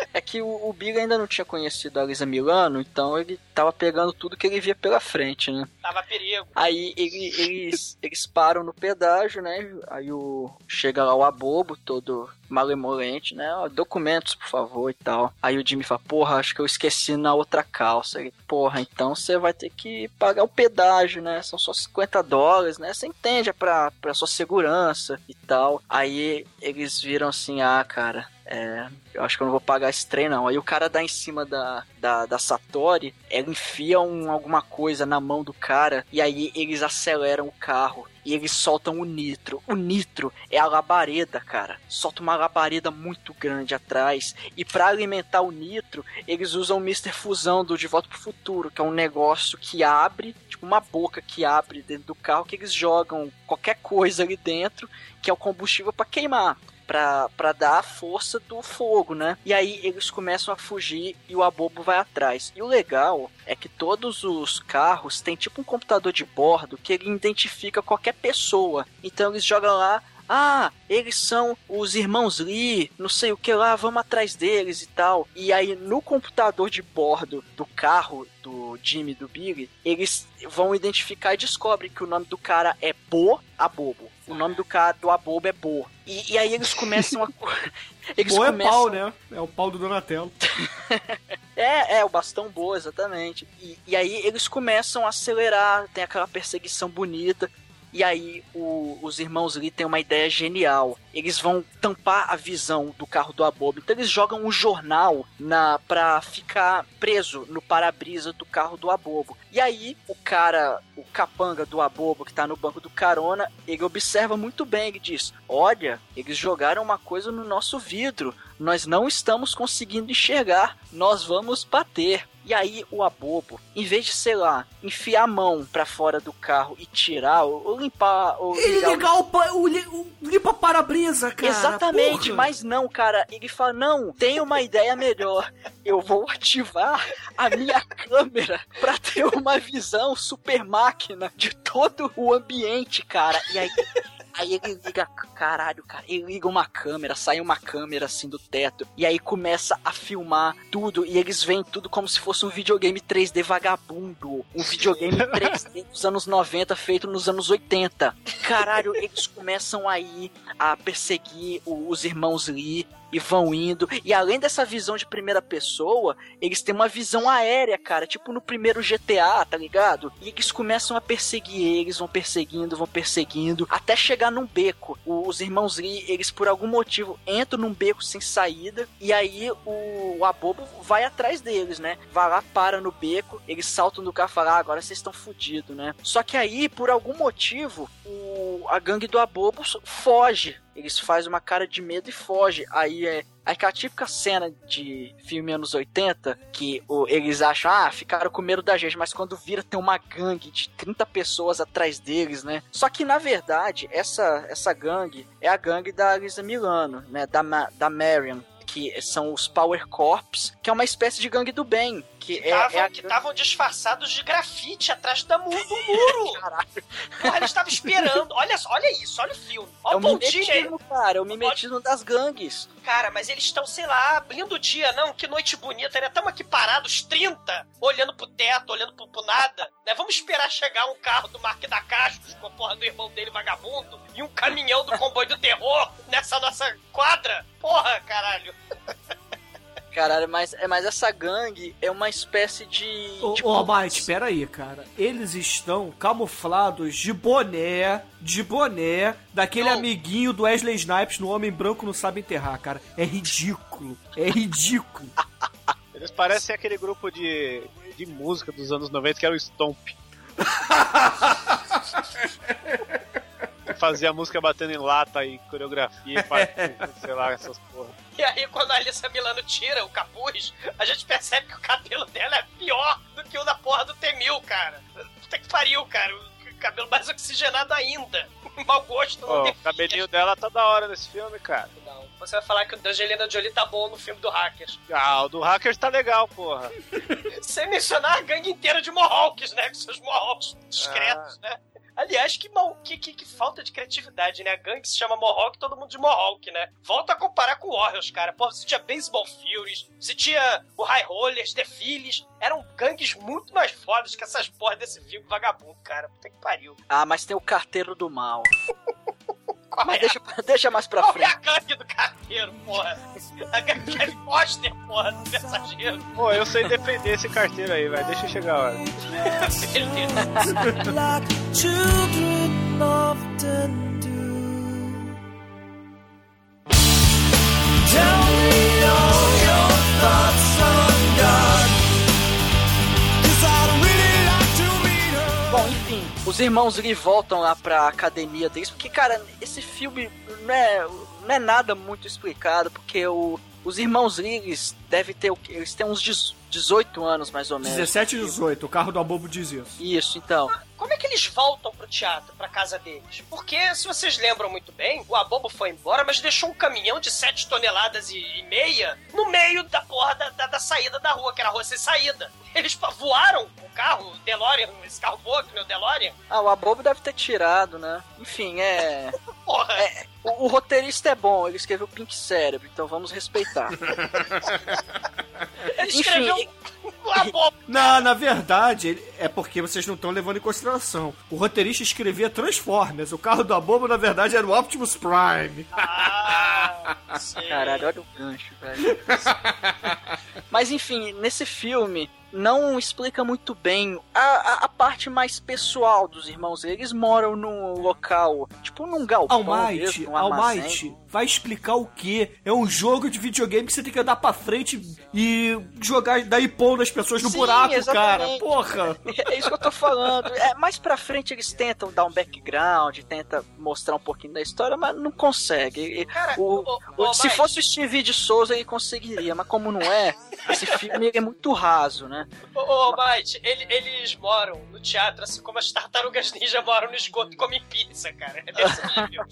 É que o Billy ainda não tinha conhecido a Alyssa Milano, então ele tava pegando tudo que ele via pela frente, né? Tava perigo. Aí eles param no pedágio, né? Aí chega lá o Abobo, todo malemolente, né? Ó, documentos, por favor, e tal. Aí o Jimmy fala, porra, acho que eu esqueci na outra calça. Ele, porra, então você vai ter que pagar o pedágio, né? São só $50, né? Você entende, é pra sua segurança e tal. Aí eles viram assim, cara... eu acho que eu não vou pagar esse trem, não. Aí o cara dá em cima da Satori, ela enfia alguma coisa na mão do cara, e aí eles aceleram o carro, e eles soltam o nitro. O nitro é a labareda, cara. Solta uma labareda muito grande atrás, e pra alimentar o nitro, eles usam o Mr. Fusão do De Volta pro Futuro, que é um negócio que abre, tipo uma boca que abre dentro do carro, que eles jogam qualquer coisa ali dentro, que é o combustível pra queimar. Pra dar a força do fogo, né? E aí eles começam a fugir e o Abobo vai atrás. E o legal é que todos os carros têm tipo um computador de bordo que ele identifica qualquer pessoa. Então eles jogam lá, eles são os irmãos Lee, não sei o que lá, vamos atrás deles e tal. E aí no computador de bordo do carro do Jimmy e do Billy, eles vão identificar e descobrem que o nome do cara é Bo Abobo. O nome do cara do Abobo é Bo. E aí eles começam a... Bo é pau, né? É o pau do Donatello. O bastão Bo, exatamente. E aí eles começam a acelerar, tem aquela perseguição bonita. E aí os irmãos Lee têm uma ideia genial. Eles vão tampar a visão do carro do Abobo. Então eles jogam um jornal pra ficar preso no para-brisa do carro do Abobo. E aí o capanga do Abobo que tá no banco do carona, ele observa muito bem, ele diz, olha, eles jogaram uma coisa no nosso vidro. Nós não estamos conseguindo enxergar. Nós vamos bater. E aí o Abobo, em vez de, sei lá, enfiar a mão pra fora do carro e tirar, ou limpar... Limpa para-brisa, cara. Exatamente, porra. Mas não, cara. Ele fala, não, tem uma ideia melhor. Eu vou ativar a minha câmera pra ter uma visão super máquina de todo o ambiente, cara. E aí... Aí ele liga, caralho, cara, ele liga uma câmera, sai uma câmera assim do teto, e aí começa a filmar tudo, e eles veem tudo como se fosse um videogame 3D vagabundo, um videogame 3D dos anos 90 feito nos anos 80. Caralho, eles começam aí a perseguir os irmãos Lee, e vão indo, e além dessa visão de primeira pessoa, eles têm uma visão aérea, cara, tipo no primeiro GTA, tá ligado? E eles começam a perseguir eles, vão perseguindo, até chegar num beco. Os irmãos Lee, eles por algum motivo entram num beco sem saída, e aí o Abobo vai atrás deles, né? Vai lá, para no beco, eles saltam do carro e falam, agora vocês estão fodidos, né? Só que aí, por algum motivo, a gangue do Abobo foge. Eles fazem uma cara de medo e fogem. Aí é aquela típica cena de filme anos 80, que eles acham, ficaram com medo da gente, mas quando vira tem uma gangue de 30 pessoas atrás deles, né? Só que, na verdade, essa gangue é a gangue da Alyssa Milano, né? Da Marion, que são os Power Corps, que é uma espécie de gangue do bem. Que estavam disfarçados de grafite atrás do muro. Caralho. Porra, eles estavam esperando. Olha isso, olha o filme. Olha o mimetismo, cara. É o mimetismo das gangues. Cara, mas eles estão, sei lá, abrindo o dia, não? Que noite bonita, né? Estamos aqui parados, 30, olhando pro teto, olhando pro nada. Né? Vamos esperar chegar um carro do Mark da Cascos com a porra do irmão dele vagabundo e um caminhão do comboio do terror nessa nossa quadra. Porra, caralho. Caralho, mas essa gangue é uma espécie de... Mas espera aí, cara. Eles estão camuflados de boné, daquele amiguinho do Wesley Snipes no Homem Branco Não Sabe Enterrar, cara. É ridículo. Eles parecem aquele grupo de música dos anos 90 que era o Stomp. Fazia a música batendo em lata e coreografia e sei lá, essas porra. E aí, quando a Alyssa Milano tira o capuz, a gente percebe que o cabelo dela é pior do que o da porra do T-1000, cara. Puta que pariu, cara. O cabelo mais oxigenado ainda. Mau gosto. O cabelinho dela tá da hora nesse filme, cara. Não, você vai falar que o da Angelina Jolie tá bom no filme do Hackers. O do Hackers tá legal, porra. Sem mencionar a gangue inteira de Mohawks, né? Com seus Mohawks discretos, né? Aliás, que falta de criatividade, né? A gangue se chama Mohawk, todo mundo de Mohawk, né? Volta a comparar com Warriors, cara. Pô, você tinha Baseball Furies, você tinha o High Rollers, The Phillies. Eram gangues muito mais fodas que essas porra desse filme vagabundo, cara. Puta que pariu. Ah, mas tem o Carteiro do Mal. Mas deixa mais pra frente. Qual é a gangue do carteiro, porra? A gangue Kevin Foster, porra, do mensageiro. Pô, eu sei defender esse carteiro aí, vai. Deixa eu chegar a hora. Like children often do. Tell me all your thoughts on God, 'cause I'd really like to meet her. Bom, enfim, os irmãos Lee voltam lá pra academia deles, porque, cara, esse filme não é nada muito explicado, porque os irmãos Lee, eles devem ter, eles têm uns 18 anos, mais ou menos. 17 e 18, o carro do Abobo diz isso. Isso, então. Como é que eles voltam pro teatro, pra casa deles? Porque, se vocês lembram muito bem, o Abobo foi embora, mas deixou um caminhão de 7 toneladas e meia no meio da porra da saída da rua, que era a rua sem saída. Eles voaram o carro, o DeLorean, esse carro voa, que nem o DeLorean. Ah, o Abobo deve ter tirado, né? Enfim, Porra! O roteirista é bom, ele escreveu Pink Cérebro, então vamos respeitar. Ele escreveu o Abobo. Não, na verdade, é porque vocês não estão levando em consideração. O roteirista escrevia Transformers. O carro do Abobo, na verdade, era o Optimus Prime. Sim. Caralho, olha o gancho, velho. Mas enfim, nesse filme não explica muito bem a parte mais pessoal dos irmãos. Eles moram num local, tipo num galpão mesmo, num armazém. Almighty, vai explicar o quê? É um jogo de videogame que você tem que andar pra frente e jogar, daí pondo as pessoas no buraco, exatamente. cara. Porra! É isso que eu tô falando. Mais pra frente eles tentam dar um background, tentam mostrar um pouquinho da história, mas não consegue. Cara, se fosse o Steve de Souza, ele conseguiria, mas como não é, esse filme é muito raso, né? Mike, eles moram no teatro, assim como as tartarugas ninja moram no esgoto e comem pizza, cara. É desse nível.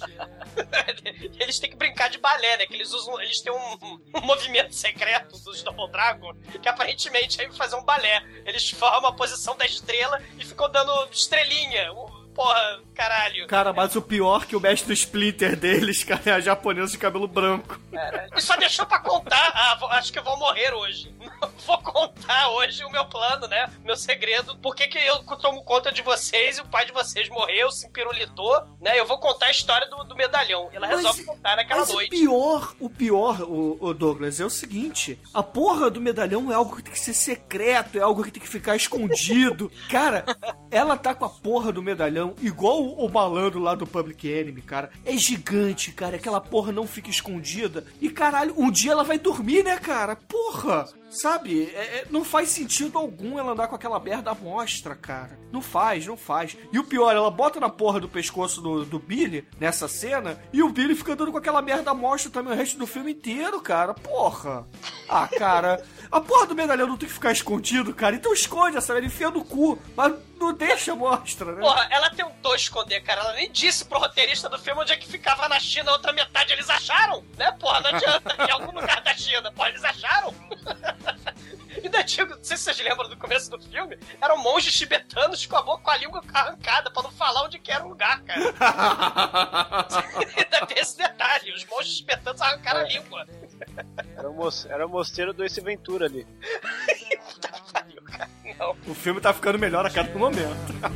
Eles têm que brincar de balé, né? Que eles têm um movimento secreto dos Double Dragon que aparentemente é fazer um balé. Eles formam a posição da estrela e ficam dando estrelinha. Porra, caralho. Cara, mas o pior que o mestre Splinter deles, cara, é a japonesa de cabelo branco. E só deixou pra contar. Acho que eu vou morrer hoje. Vou contar hoje o meu plano, né? Meu segredo. Por que eu tomo conta de vocês e o pai de vocês morreu, se pirulitou, né? Eu vou contar a história do medalhão. Ela resolve contar naquela noite. O pior, Douglas, é o seguinte. A porra do medalhão é algo que tem que ser secreto, é algo que tem que ficar escondido. Cara, ela tá com a porra do medalhão igual o malandro lá do Public Enemy, cara. É gigante, cara. Aquela porra não fica escondida. E, caralho, um dia ela vai dormir, né, cara? Porra! Sabe? Não faz sentido algum ela andar com aquela merda à mostra, cara. Não faz. E o pior, ela bota na porra do pescoço do Billy, nessa cena, e o Billy fica andando com aquela merda à mostra também o resto do filme inteiro, cara. Porra! Ah, cara, a porra do medalhão não tem que ficar escondido, cara. Então esconde essa merda, enfia no cu. Mas não deixa a mostra, né? Porra, ela tentou esconder, cara. Ela nem disse pro roteirista do filme onde é que ficava na China a outra metade. Eles acharam, né? Porra, não adianta. Em algum lugar da China. Porra, eles acharam. Ainda digo, não sei se vocês lembram do começo do filme, eram monges tibetanos com a língua arrancada pra não falar onde que era o lugar, cara. Ainda tem esse detalhe, os monges tibetanos arrancaram a língua. Era o mosteiro do Ace Ventura ali. Puta que pariu, cara. Não. O filme tá ficando melhor a cada momento.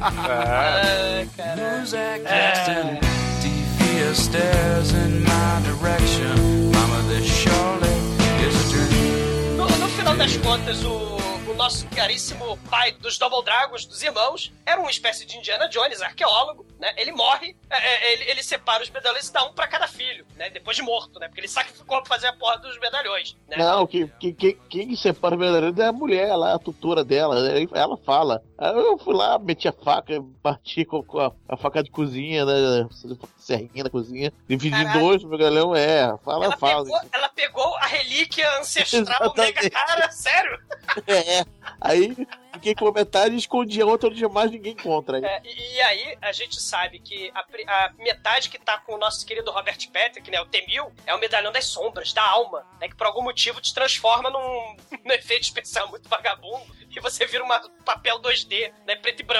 No final das contas, o nosso caríssimo pai dos Double Dragons, dos irmãos, era uma espécie de Indiana Jones, arqueólogo, né? Ele morre, ele separa os medalhões e dá um pra cada filho, né? Depois de morto, né? Porque ele sacrificou pra fazer a porra dos medalhões, né? Não, quem separa os medalhões é a mulher lá, a tutora dela, né? Ela fala. Eu fui lá, meti a faca, parti com a faca de cozinha, né? Serrinha da cozinha, dividi em dois, o medalhão Ela pegou a relíquia ancestral mega cara, sério? Aí fiquei com a metade e escondi a outra onde mais ninguém encontra. E aí a gente sabe que a metade que tá com o nosso querido Robert Patrick, né, o T-1000, é o medalhão das sombras, da alma, né, que por algum motivo te transforma num efeito especial muito vagabundo e você vira um papel 2D, né, preto e branco.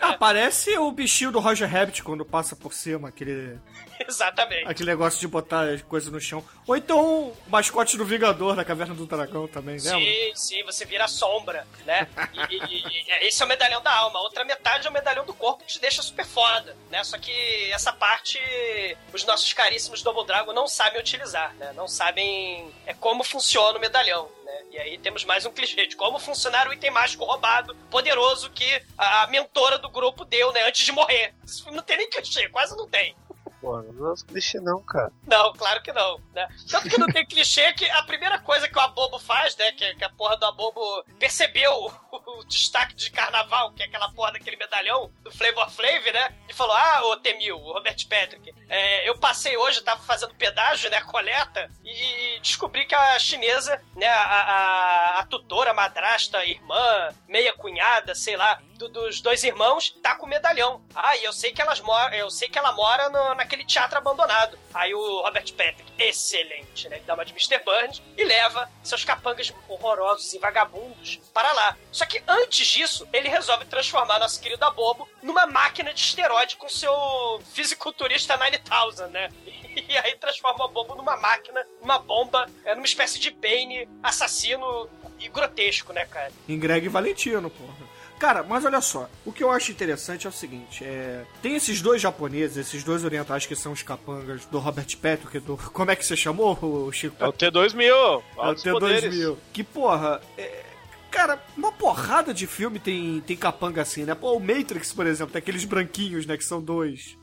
Parece o bichinho do Roger Rabbit quando passa por cima, aquele negócio de botar as coisas no chão. Ou então o mascote do Vingador da Caverna do Dragão também, lembra? Sim, você vira a sombra, né? E esse é o medalhão da alma. A outra metade é o medalhão do corpo, que te deixa super foda, né? Só que essa parte os nossos caríssimos Double Dragon não sabem utilizar, né? Não sabem como funciona o medalhão, né? E aí temos mais um clichê de como funcionar o item mágico roubado, poderoso, que a mentora do grupo deu, né? Antes de morrer. Isso não tem nem clichê, quase não tem. Pô, não é clichê não, cara. Não, claro que não, né? Tanto que não tem clichê que a primeira coisa que o Abobo faz, né? Que a porra do Abobo percebeu o destaque de carnaval, que é aquela porra daquele medalhão do Flavor Flav, né? E falou, ô Temil, o Robert Patrick, eu passei hoje, tava fazendo pedágio, né? Coleta, e descobri que a chinesa, né? A tutora, a madrasta, irmã, meia cunhada, sei lá, dos dois irmãos, tá com o medalhão. E eu sei que ela mora naquele teatro abandonado. Aí o Robert Patrick, excelente, né? Ele dá uma de Mr. Burns e leva seus capangas horrorosos e vagabundos para lá. Só que antes disso, ele resolve transformar nosso querido Abobo numa máquina de esteroide com seu fisiculturista 9000, né? E aí transforma o Abobo numa máquina, uma bomba, numa espécie de Bane assassino e grotesco, né, cara? Em Greg Valentino, porra. Cara, mas olha só, o que eu acho interessante é o seguinte, tem esses dois japoneses, esses dois orientais que são os capangas do Robert Patrick, como é que você chamou, Chico? É o T-2000, é o T-2000, que porra, cara, uma porrada de filme tem capanga assim, né? Pô, o Matrix, por exemplo, tem aqueles branquinhos, né, que são dois.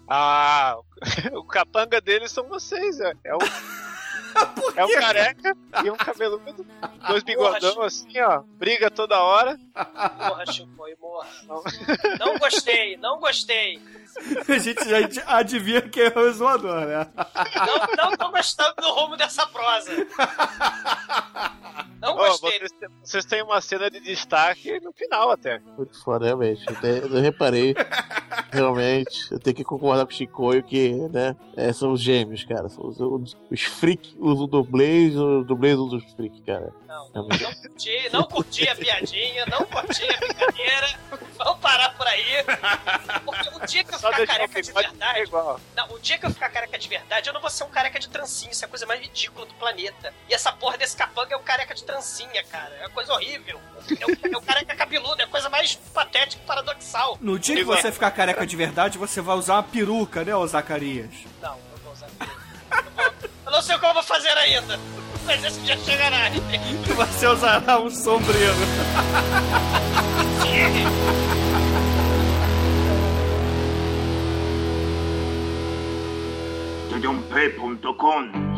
O capanga deles são vocês, é o... É um careca e um cabeludo, dois bigodão assim, ó, briga toda hora. Morra, Chico, morra. Não gostei. A gente já adivinha quem é o zoador, né? Não tô gostando do rumo dessa prosa. Não gostei. Vocês têm uma cena de destaque no final até. Muito foda, realmente. Eu reparei. Realmente, eu tenho que concordar com o Chicoio que, né, são os gêmeos, cara. São os freak usam o dublês usa os freak, cara. Não curti a piadinha, não curti a brincadeira. Vamos parar por aí. Porque o dia que eu ficar careca de verdade... Não, o dia que eu ficar careca de verdade, eu não vou ser um careca de trancinha. Isso é a coisa mais ridícula do planeta. E essa porra desse capanga é um careca de trancinha, cara. É uma coisa horrível. É um careca cabeludo, é a coisa mais patética e paradoxal. No dia que você ficar careca de verdade, você vai usar uma peruca, né, ô Zacarias? Não vou usar peruca. Eu não sei o que eu vou fazer ainda. Mas esse dia chegará. Você usará um sombreiro. Tudumpe.com.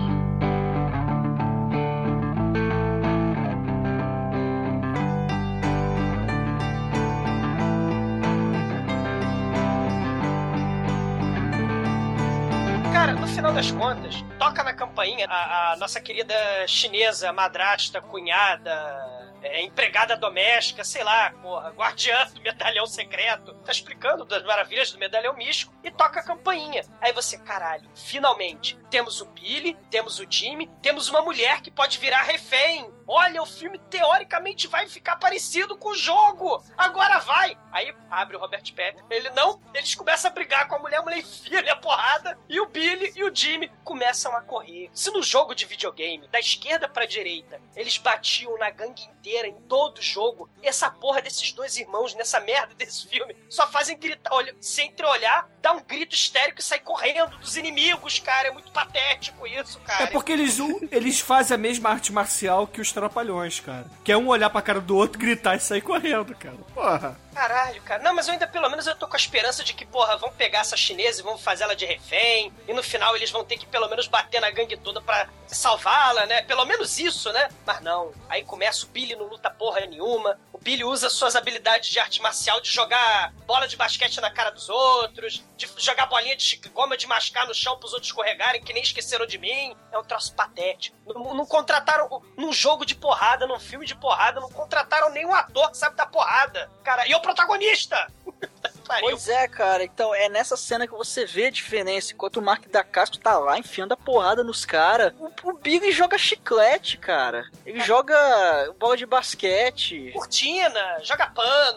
Cara, no final das contas, toca na campainha a nossa querida chinesa, madrasta, cunhada, empregada doméstica, sei lá, porra, guardiã do medalhão secreto, tá explicando das maravilhas do medalhão místico e toca a campainha. Aí você, caralho, finalmente, temos o Billy, temos o Jimmy, temos uma mulher que pode virar refém. Olha, o filme teoricamente vai ficar parecido com o jogo. Agora vai. Aí abre o Robert Patrick. Eles começam a brigar com a mulher enfia-lhe a porrada e o Billy e o Jimmy começam a correr. Se no jogo de videogame, da esquerda pra direita, eles batiam na gangue inteira em todo jogo, essa porra desses dois irmãos nessa merda desse filme só fazem gritar, se entreolhar, dar um grito histérico e sair correndo dos inimigos, cara. É muito patético isso, cara. É porque eles fazem a mesma arte marcial que os Trapalhões, cara. Que é um olhar pra cara do outro, gritar e sair correndo, cara. Porra. Caralho, cara. Não, mas eu ainda, pelo menos, eu tô com a esperança de que, porra, vão pegar essa chinesa e vão fazer ela de refém, e no final eles vão ter que, pelo menos, bater na gangue toda pra salvá-la, né? Pelo menos isso, né? Mas não. Aí começa o Billy, não luta porra nenhuma. O Billy usa suas habilidades de arte marcial de jogar bola de basquete na cara dos outros, de jogar bolinha de goma de mascar no chão pros outros escorregarem, que nem esqueceram de mim. É um troço patético. Não contrataram, num jogo de porrada, num filme de porrada, não contrataram nenhum ator que sabe dar porrada. Cara, e o protagonista! Pois é, cara. Então, é nessa cena que você vê a diferença. Enquanto o Mark da Casco tá lá enfiando a porrada nos caras, o Billy joga chiclete, cara. Ele joga bola de basquete. Cortina, joga pano.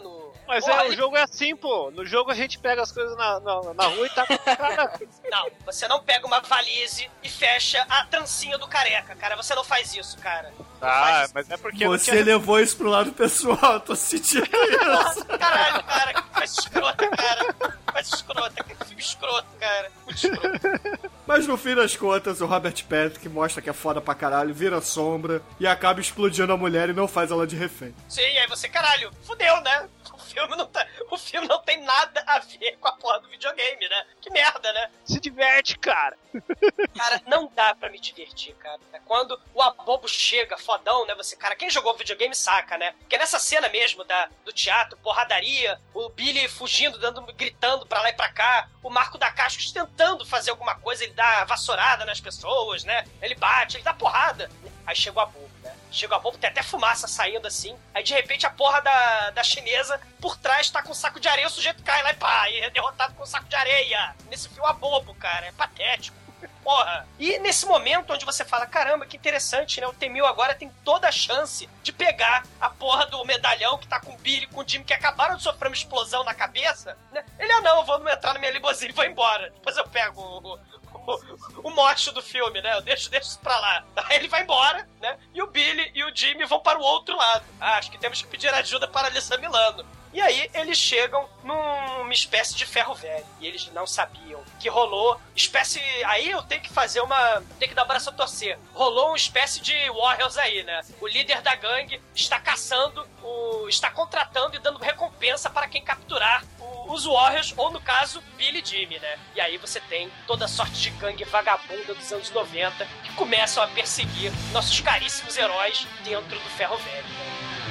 Mas Porra, o jogo é assim, pô. No jogo a gente pega as coisas na rua e tá com o cara. Não, você não pega uma valise e fecha a trancinha do careca, cara. Você não faz isso, cara. Ah, mas é porque Você levou isso pro lado pessoal, tô sentindo isso. Caralho, cara, que coisa escrota, cara. Coisa escrota, que filme escroto, cara. Muito escroto. Mas no fim das contas, o Robert Patrick mostra que é foda pra caralho, vira sombra e acaba explodindo a mulher e não faz ela de refém. Sim, aí você, caralho, fudeu, né? O filme não tem nada a ver com a porra do videogame, né? Que merda, né? Se diverte, cara. Cara, não dá pra me divertir, cara. Quando o abobo chega, fodão, né? Você, cara, quem jogou videogame saca, né? Porque nessa cena mesmo do teatro, porradaria, o Billy fugindo, gritando pra lá e pra cá, o Marco da Cascos tentando fazer alguma coisa, ele dá vassourada nas pessoas, né? Ele bate, ele dá porrada. Aí chega o abobo, né? Chega o abobo, tem até fumaça saindo assim. Aí de repente a porra da chinesa por trás tá com um saco de areia, o sujeito cai lá e pá, e é derrotado com um saco de areia. Nesse filme abobo, cara, é patético. Porra. E nesse momento onde você fala, caramba, que interessante, né? O T-1000 agora tem toda a chance de pegar a porra do medalhão que tá com o Billy, com o Jimmy, que acabaram de sofrer uma explosão na cabeça, né? Ele, não, eu vou entrar na minha limusine e vou embora. Depois eu pego o mote do filme, né? Eu deixo isso pra lá. Aí ele vai embora, né? E o Billy e o Jimmy vão para o outro lado. Acho que temos que pedir ajuda para a Alyssa Milano. E aí eles chegam numa espécie de ferro velho. E eles não sabiam que rolou espécie... Aí eu tenho que fazer tem que dar o braço a torcer. Rolou uma espécie de Warriors aí, né? O líder da gangue está caçando, está contratando e dando recompensa para quem capturar os Warriors, ou no caso, Billy e Jimmy, né? E aí você tem toda sorte de gangue vagabunda dos anos 90 que começam a perseguir nossos caríssimos heróis dentro do ferro velho, né?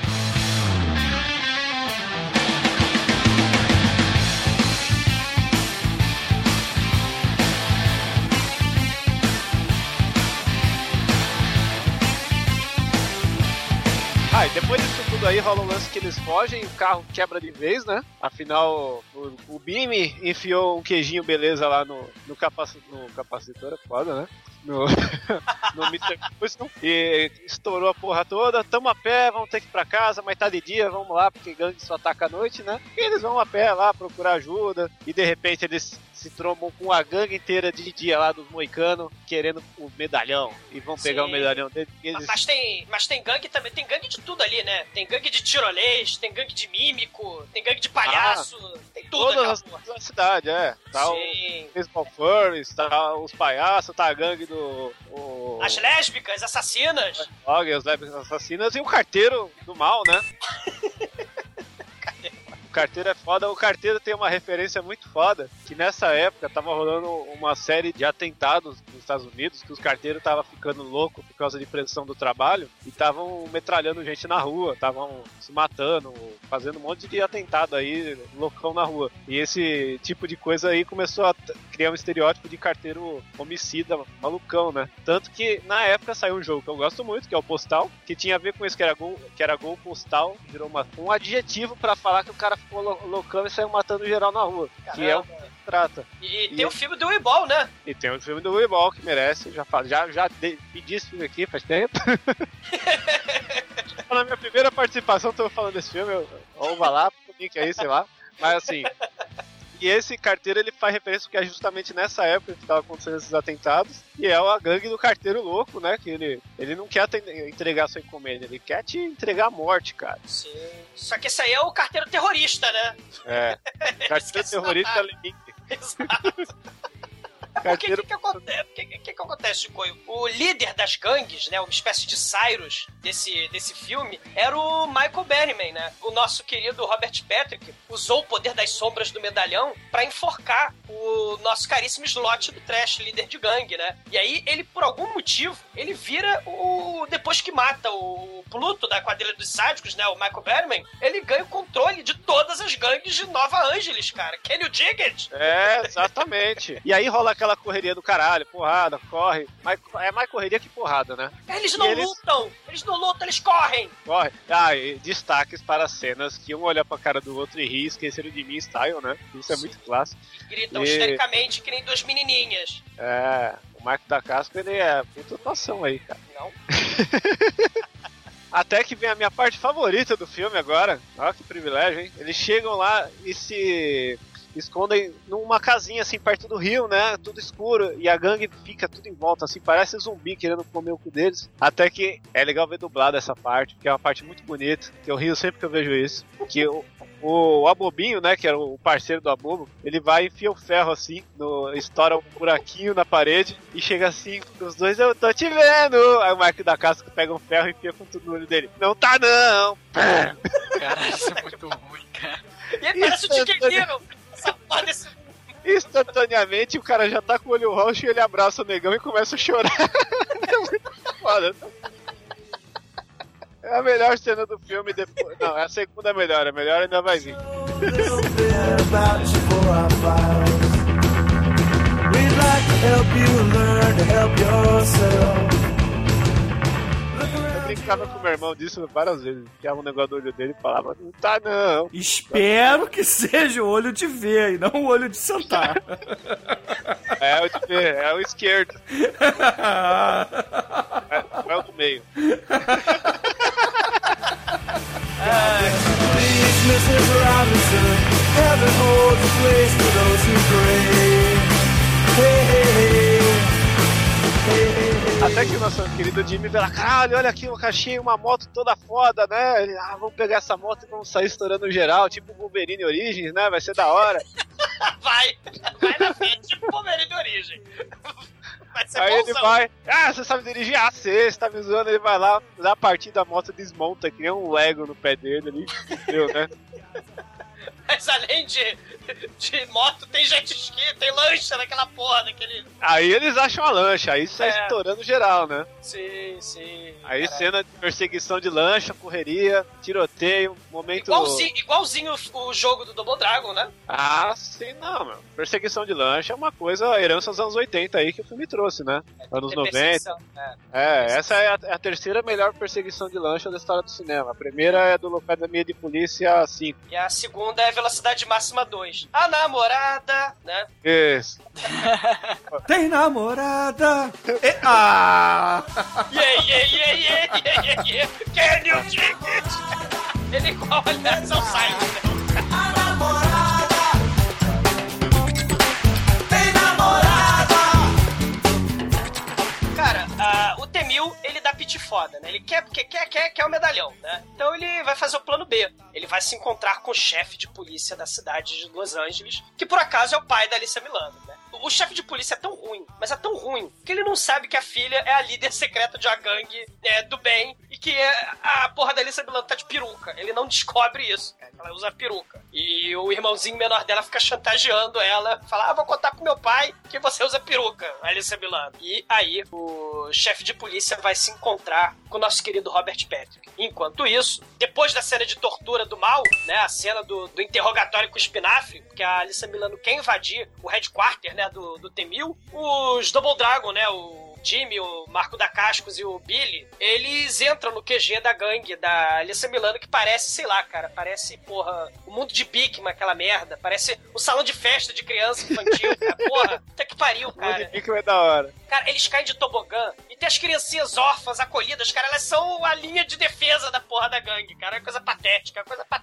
E depois disso tudo aí rola um lance que eles fogem e o carro quebra de vez, né? Afinal, o Bimmy enfiou um queijinho beleza lá no capacitor, é foda, né? No Mr. Custom, e estourou a porra toda. Tamo a pé, vamos ter que ir pra casa, mas tá de dia, vamos lá, porque gangue só ataca à noite, né? E eles vão a pé lá procurar ajuda, e de repente eles se trombam com a gangue inteira de dia lá dos moicanos, querendo o medalhão, e vão pegar o medalhão deles. Eles... Mas tem gangue também, tem gangue de tudo ali, né? Tem gangue de tirolês, tem gangue de mímico, tem gangue de palhaço, tem tudo todas na cidade, tá o Baseball Furries, tá os palhaços, tá a gangue as lésbicas assassinas. As lésbicas assassinas e o carteiro do mal, né? O carteiro é foda. O carteiro tem uma referência muito foda, que nessa época tava rolando uma série de atentados nos Estados Unidos, que os carteiros estavam ficando loucos por causa de pressão do trabalho e estavam metralhando gente na rua, estavam se matando, fazendo um monte de atentado aí, loucão na rua. E esse tipo de coisa aí começou a criar um estereótipo de carteiro homicida, malucão, né? Tanto que na época saiu um jogo que eu gosto muito, que é o Postal, que tinha a ver com isso, que era gol postal, virou um adjetivo pra falar que o cara ficou loucão e saiu matando geral na rua. Caramba. Que é o que se trata. E tem o filme do Weeball, né? E tem o filme do Weeball, que merece. Já pedi esse filme aqui faz tempo. Na minha primeira participação, tô falando desse filme. Ouva lá, o link aí, sei lá. Mas assim... E esse carteiro, ele faz referência porque é justamente nessa época que estavam acontecendo esses atentados, e é a gangue do carteiro louco, né? Que ele não quer entregar sua encomenda, ele quer te entregar a morte, cara. Sim. Só que esse aí é o carteiro terrorista, né? É. Carteiro terrorista link. Exato. O que acontece, Chicoio? O líder das gangues, né, uma espécie de Cyrus desse filme, era o Michael Berryman, né? O nosso querido Robert Patrick usou o poder das sombras do medalhão pra enforcar o nosso caríssimo Slot do Trash, líder de gangue, né? E aí, ele, por algum motivo, ele vira depois que mata o Pluto da quadrilha dos sádicos, né, o Michael Berryman, ele ganha o controle de todas as gangues de Nova Angeles, cara. Can you dig it? É, exatamente. E aí rola aquela correria do caralho, porrada, corre. É mais correria que porrada, né? Eles não lutam, eles correm. Corre. E destaques para as cenas que um olha pra cara do outro e ri, esqueceram de mim, style, né? Isso é muito clássico. Gritam histericamente que nem duas menininhas. É, o Marco da Casca, ele é puta atuação aí, cara. Não. Até que vem a minha parte favorita do filme agora. Olha que privilégio, hein? Eles chegam lá e se escondem numa casinha assim perto do rio, né? Tudo escuro. E a gangue fica tudo em volta, assim, parece zumbi querendo comer o cu deles. Até que é legal ver dublado essa parte, que é uma parte muito bonita. Que eu rio sempre que eu vejo isso. Que o Abobinho, né, que era o parceiro do Abobo, ele vai e enfia o ferro assim, estoura um buraquinho na parede e chega assim, os dois, eu tô te vendo. Aí o Marco da Casca pega um ferro e enfia com tudo no olho dele. Não tá não! Cara, isso é muito ruim, cara. E aí parece o Chiquitino. Essa porra desse... Instantaneamente o cara já tá com o olho roxo e ele abraça o negão e começa a chorar. É muito foda. É a melhor cena do filme depois. Não, é a segunda melhor, a melhor ainda vai vir. Eu brincava com o meu irmão disso várias vezes. Ficava um negócio do olho dele e falava, não tá não. Espero que seja o olho de ver e não o olho de sentar. É o de ver, é o esquerdo. É o do meio. Please, Mrs. Robinson, heaven holds a place for those who pray. Hey, hey, hey. Até que o nosso querido Jimmy vê lá, caralho, olha aqui, eu achei uma moto toda foda, né? Ele, vamos pegar essa moto e vamos sair estourando geral, tipo o Wolverine Origins, né? Vai ser da hora. Vai na frente, tipo o Wolverine Origem. Vai ser Aí bonzão. ele vai, você sabe dirigir? Você tá me zoando, ele vai lá, dá a partida da moto, desmonta, que nem um Lego no pé dele ali, entendeu, né? Mas além de moto, tem jet ski, tem lancha naquela porra daquele... Aí eles acham a lancha, aí sai estourando geral, né? Sim. Aí cena de perseguição de lancha, correria, tiroteio, momento... Igualzinho o jogo do Double Dragon, né? Ah, sim, não, meu. Perseguição de lancha é uma coisa, herança dos anos 80 aí que o filme trouxe, né? Anos 90. Essa é a terceira melhor perseguição de lancha da história do cinema. A primeira é do Locademia de Polícia 5. E a segunda é Velocidade Máxima 2. A namorada, né? Isso. Tem namorada. Yeah. Can you dig it? Ele igual aliás ao site, né? Cara, o T-1000, ele dá pit foda, né? Ele quer o medalhão, né? Então ele vai fazer o plano B. Ele vai se encontrar com o chefe de polícia da cidade de Los Angeles, que por acaso é o pai da Alyssa Milano, né? O chefe de polícia é tão ruim, mas é tão ruim, que ele não sabe que a filha é a líder secreta de uma gangue do bem e que a porra da Alyssa Milano tá de peruca. Ele não descobre isso, cara. Ela usa peruca. E o irmãozinho menor dela fica chantageando ela, fala, vou contar pro meu pai que você usa peruca, Alyssa Milano. E aí o chefe de polícia vai se encontrar com o nosso querido Robert Patrick. Enquanto isso, depois da cena de tortura do mal, né, a cena do interrogatório com o espinafre, porque a Alyssa Milano quer invadir o headquarter, né, do T-1000, os Double Dragon, né, o Jimmy, o Marco da Cascos e o Billy, eles entram no QG da gangue da Alyssa Milano, que parece, sei lá, cara, parece, porra, o mundo de Bigman, aquela merda, parece o salão de festa de criança infantil, cara, porra, até que pariu, cara. O mundo de Bigman é da hora. Cara, eles caem de tobogã e tem as criancinhas órfãs, acolhidas, cara, elas são a linha de defesa da porra da gangue, cara, é coisa patética,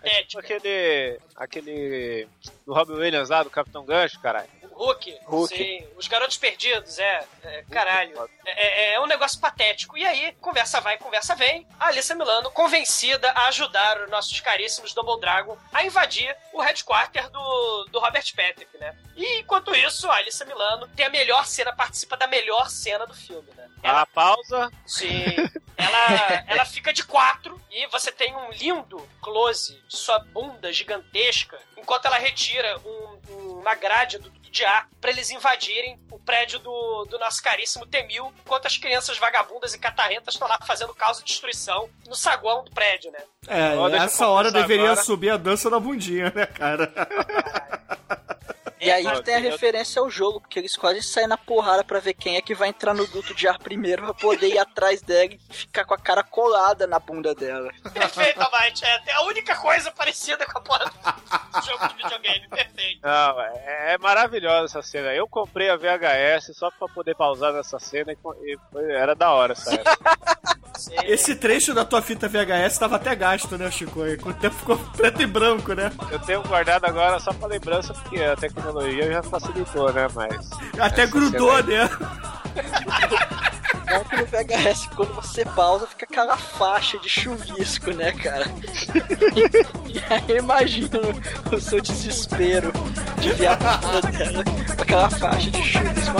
Aquele do Robin Williams lá, do Capitão Gancho, caralho. Hulk. Sim, os garotos perdidos, caralho. É um negócio patético. E aí, conversa vai, conversa vem, a Alyssa Milano convencida a ajudar os nossos caríssimos Double Dragon a invadir o headquarter do Robert Patrick, né? E enquanto isso, a Alyssa Milano tem a melhor cena, participa da melhor cena do filme, né? Ela pausa. Sim. Ela fica de 4 e você tem um lindo close de sua bunda gigantesca enquanto ela retira uma grade de ar pra eles invadirem o prédio do nosso caríssimo T-1000, enquanto as crianças vagabundas e catarrentas estão lá fazendo caos e destruição no saguão do prédio, né? Nessa hora deveria subir a dança da bundinha, né, cara? E aí tem a referência ao jogo, porque eles quase saem na porrada pra ver quem é que vai entrar no duto de ar primeiro pra poder ir atrás dela e ficar com a cara colada na bunda dela. Perfeitamente, é a única coisa parecida com a porra do jogo de videogame, perfeito. Não, é maravilhosa essa cena. Eu comprei a VHS só pra poder pausar nessa cena e era da hora essa época. Esse trecho da tua fita VHS tava até gasto, né, Chico? Com o tempo ficou preto e branco, né? Eu tenho guardado agora só pra lembrança, porque a tecnologia já facilitou, né? Mas. Até grudou, né? Bom que no VHS, quando você pausa, fica aquela faixa de chuvisco, né, cara? E aí eu imagino o seu desespero de ver a tela dela com aquela faixa de chuvisco.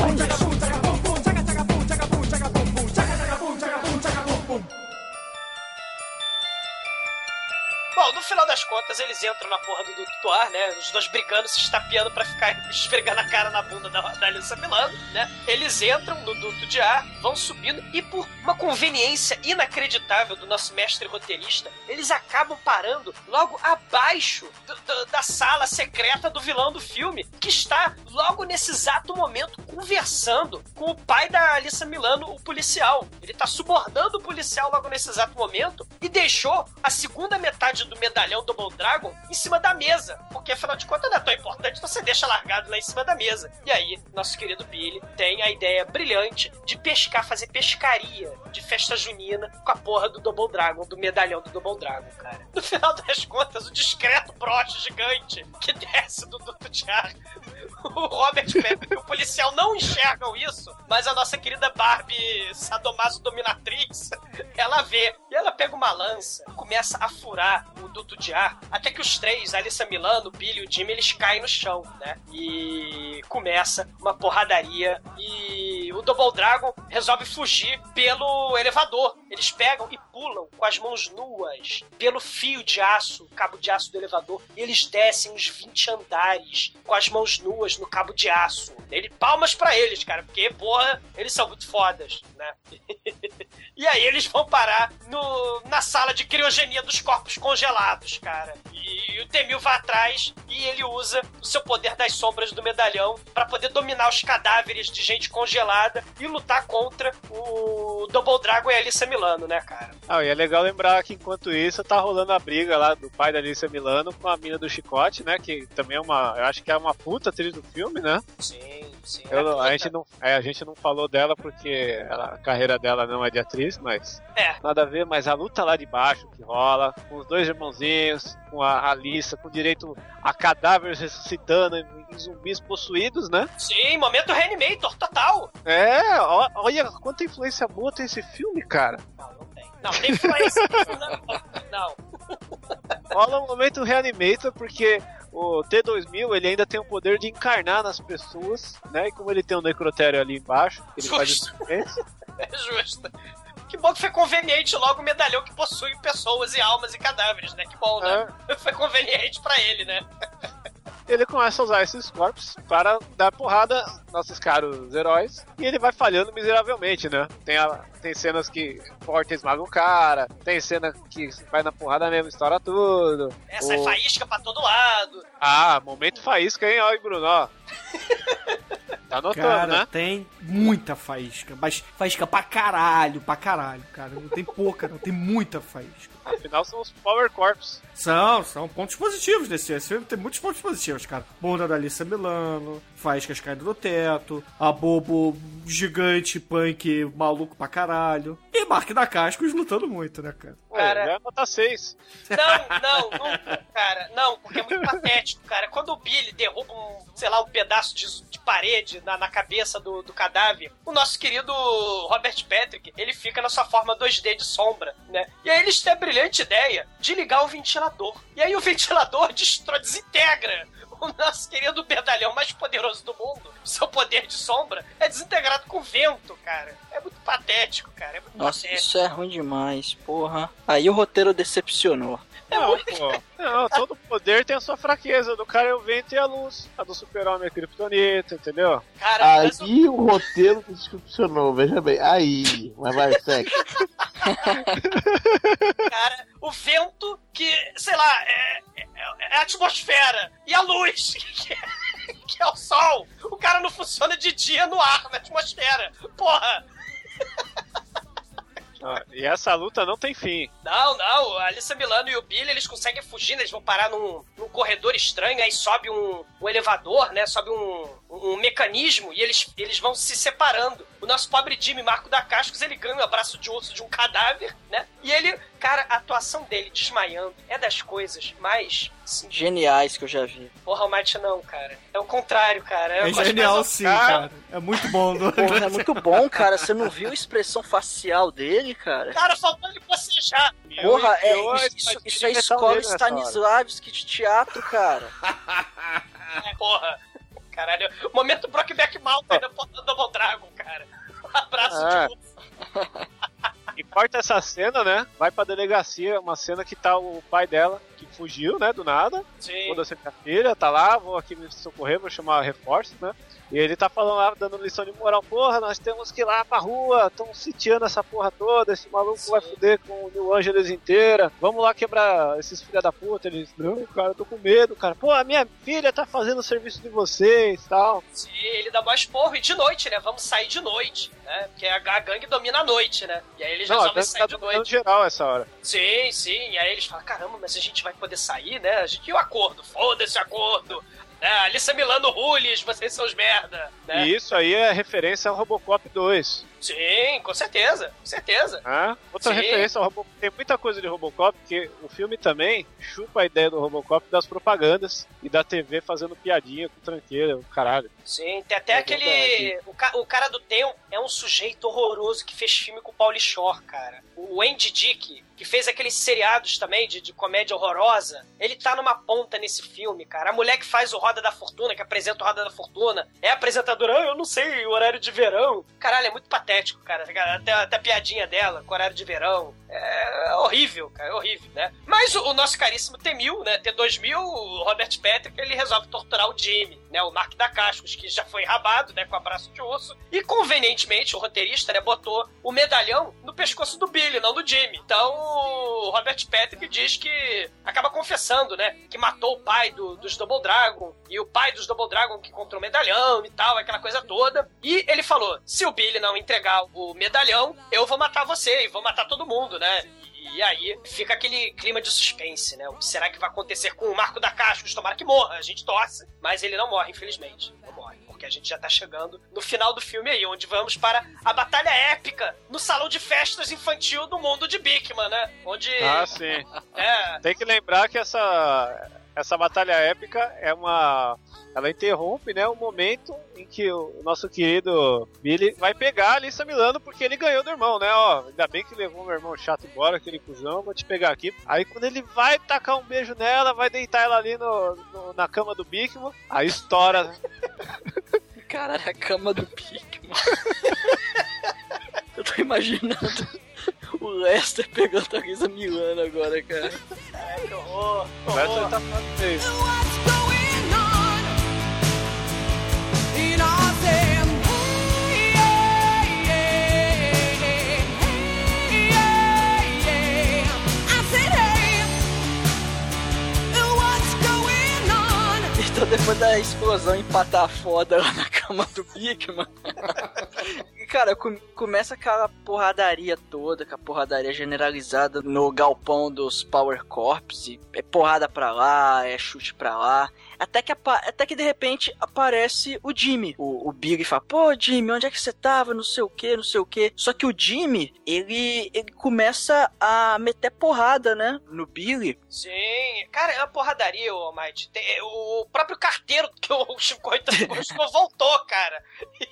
Bom, no final das contas, eles entram na porra do duto ar, né? Os dois brigando, se estapeando pra ficar esfregando a cara na bunda da Alyssa Milano, né? Eles entram no duto de ar, vão subindo e por uma conveniência inacreditável do nosso mestre roteirista, eles acabam parando logo abaixo da sala secreta do vilão do filme, que está logo nesse exato momento conversando com o pai da Alyssa Milano, o policial. Ele tá subornando o policial logo nesse exato momento e deixou a segunda metade do medalhão Double Dragon em cima da mesa, porque afinal de contas não é tão importante, então você deixa largado lá em cima da mesa. E aí, nosso querido Billy tem a ideia brilhante de pescar, fazer pescaria de festa junina com a porra do Double Dragon, do medalhão do Double Dragon, cara. No final das contas, o discreto broche gigante que desce do duto de ar, o Robert Patrick e o policial não enxergam isso, mas a nossa querida Barbie sadomaso dominatrix, ela vê, e ela pega uma lança e começa a furar o duto de ar, até que os três, a Alyssa Milano, o Billy e o Jimmy, eles caem no chão, né? E começa uma porradaria e o Double Dragon resolve fugir pelo elevador. Eles pegam e pulam com as mãos nuas pelo fio de aço, cabo de aço do elevador, e eles descem uns 20 andares com as mãos nuas no cabo de aço. Palmas pra eles, cara, porque, porra, eles são muito fodas, né? E aí eles vão parar na sala de criogenia dos corpos congelados, cara. E o Temil vai atrás e ele usa o seu poder das sombras do medalhão pra poder dominar os cadáveres de gente congelada e lutar contra o Double Dragon e a Alyssa Milano, né, cara? E é legal lembrar que enquanto isso tá rolando a briga lá do pai da Alyssa Milano com a mina do chicote, né, que também é eu acho que é uma puta atriz do filme, né? Sim. A gente não falou dela porque a carreira dela não é de atriz, mas nada a ver, mas a luta lá de baixo que rola, com os dois irmãozinhos, com a Alyssa, com direito a cadáveres ressuscitando em zumbis possuídos, né? Sim, momento Reanimator, total! Olha quanta influência boa tem esse filme, cara. Não tem. Não, tem influência. Não. Rola um momento Reanimator porque o T-2000 ele ainda tem o poder de encarnar nas pessoas, né? E como ele tem um necrotério ali embaixo, ele faz isso. É justo. Que bom que foi conveniente logo o medalhão que possui pessoas e almas e cadáveres, né? Que bom, né? Foi conveniente pra ele, né? Ele começa a usar esses corpos para dar porrada aos nossos caros heróis e ele vai falhando miseravelmente, né? Tem cenas que forte esmaga o cara, tem cena que vai na porrada mesmo, estoura tudo. Sai faísca pra todo lado. Momento faísca, hein? Olha, Bruno, ó. Tá notando, cara, né? Tem muita faísca, mas faísca pra caralho, cara. Não tem pouca, não, tem muita faísca. Afinal, são os Power Corps. São pontos positivos desse filme, tem muitos pontos positivos, cara. Bunda da Alyssa Milano, faíscas caindo do teto, a Bobo gigante, punk, maluco pra caralho. E Mark da Cascos lutando muito, né, cara? Cara, vai botar 6. Não, cara, não, porque é muito patético, cara. Quando o Billy derruba um pedaço de parede na cabeça do cadáver, o nosso querido Robert Patrick, ele fica na sua forma 2D de sombra, né? E aí eles têm a brilhante ideia de ligar o ventilador. E aí o ventilador desintegra o nosso querido medalhão mais poderoso do mundo. Seu poder de sombra é desintegrado com vento, cara. É muito patético, cara. É muito patético. Isso é ruim demais, porra. Aí o roteiro decepcionou. Não, todo poder tem a sua fraqueza. Do cara é o vento e a luz. A do super-homem é criptonita, entendeu? Cara, aí o roteiro decepcionou, veja bem. Aí, mas vai, segue. Cara, o vento que, sei lá, é a atmosfera. E a luz, que é o sol. O cara não funciona de dia no ar, na atmosfera. Porra! E essa luta não tem fim. Não, a Alyssa Milano e o Billy, eles conseguem fugir, né? Eles vão parar num corredor estranho, aí sobe um elevador, né? Sobe um mecanismo e eles vão se separando. O nosso pobre Jimmy Marco da Cascos, ele ganha um abraço de osso de um cadáver, né? E ele, cara, a atuação dele desmaiando é das coisas mais... Assim, geniais que eu já vi. Porra, o Might não, cara. É o contrário, cara. É genial sim, cara. É muito bom. Porra, é muito bom, cara. Você não viu a expressão facial dele, cara? Cara, faltou ele bocejar. Porra, isso é escola Stanislavski de teatro, cara. Porra. Caralho. Momento Brokeback Mountain da Double Dragon, cara. Um abraço de osso. E corta essa cena, né? Vai pra delegacia, uma cena que tá o pai dela, que fugiu, né? Do nada. Sim. Toda sexta-feira, tá lá, vou aqui me socorrer, vou chamar reforço, né? E ele tá falando lá, dando lição de moral. Porra, nós temos que ir lá pra rua, estão sitiando essa porra toda, esse maluco vai fuder com o New Angeles inteira. Vamos lá quebrar esses filha da puta. Eles, não, cara, eu tô com medo, cara. Pô, a minha filha tá fazendo o serviço de vocês e tal. Sim, ele dá mais porra. E de noite, né? Vamos sair de noite, né? Porque a gangue domina a noite, né? E aí eles resolvem sair de noite. Geral essa hora. Sim. E aí eles falam, caramba, mas a gente vai poder sair, né? E o acordo? Foda-se o acordo. Alyssa Milano Rules, vocês são os merda. Né? E isso aí é referência ao Robocop 2. Sim, com certeza. Outra referência ao Robocop. Tem muita coisa de Robocop, porque o filme também chupa a ideia do Robocop das propagandas e da TV fazendo piadinha com tranqueira, o caralho. Sim, tem até aquele... O cara do Theon é um sujeito horroroso que fez filme com o Pauly Shore, cara. O Andy Dick, que fez aqueles seriados também de comédia horrorosa, ele tá numa ponta nesse filme, cara. A mulher que faz o Roda da Fortuna, que apresenta o Roda da Fortuna, é apresentadora, eu não sei, o horário de verão. Caralho, é muito patético, cara. Até a piadinha dela com o horário de verão. É horrível, cara, é horrível, né? Mas o nosso caríssimo T-1000, né, T-2000, o Robert Patrick, ele resolve torturar o Jimmy, né, o Mark da Cascos, que já foi rabado, né, com abraço de osso, e convenientemente o roteirista, né, botou o medalhão no pescoço do Billy, não do Jimmy. Então o Robert Patrick diz que acaba confessando, né, que matou o pai dos Double Dragon, e o pai dos Double Dragon que encontrou o medalhão e tal, aquela coisa toda. E ele falou, se o Billy não entregar o medalhão, eu vou matar você e vou matar todo mundo, né? E aí fica aquele clima de suspense, né? O que será que vai acontecer com o Marco da Cascos? Tomara que morra, a gente torce, mas ele não morre, infelizmente. Não morre, porque a gente já tá chegando no final do filme aí, onde vamos para a batalha épica no salão de festas infantil do mundo de Bickman, né? Onde... Ah, sim. Tem que lembrar que essa batalha épica é ela interrompe, né, o momento em que o nosso querido Billy vai pegar a Alyssa Milano porque ele ganhou do irmão, né, ó, ainda bem que levou meu irmão chato embora, aquele cuzão, vou te pegar aqui. Aí quando ele vai tacar um beijo nela, vai deitar ela ali na cama do Bickman, aí estoura. Caralho, a cama do Bickman. Eu tô imaginando o Lester pegando a Alyssa Milano agora, cara. Ai, que horror. O Lester tá falando isso. Então depois da explosão empatar foda lá na cama do Bickman. Cara, começa aquela porradaria toda, aquela porradaria generalizada no galpão dos Power Corps, e é porrada pra lá, é chute pra lá, até que de repente aparece o Jimmy. O Billy fala, pô Jimmy, onde é que você tava, não sei o que, só que o Jimmy, ele começa a meter porrada, né, no Billy. Sim, cara, é uma porradaria, ô Might. O próprio carteiro que o Chico Coitado voltou, cara.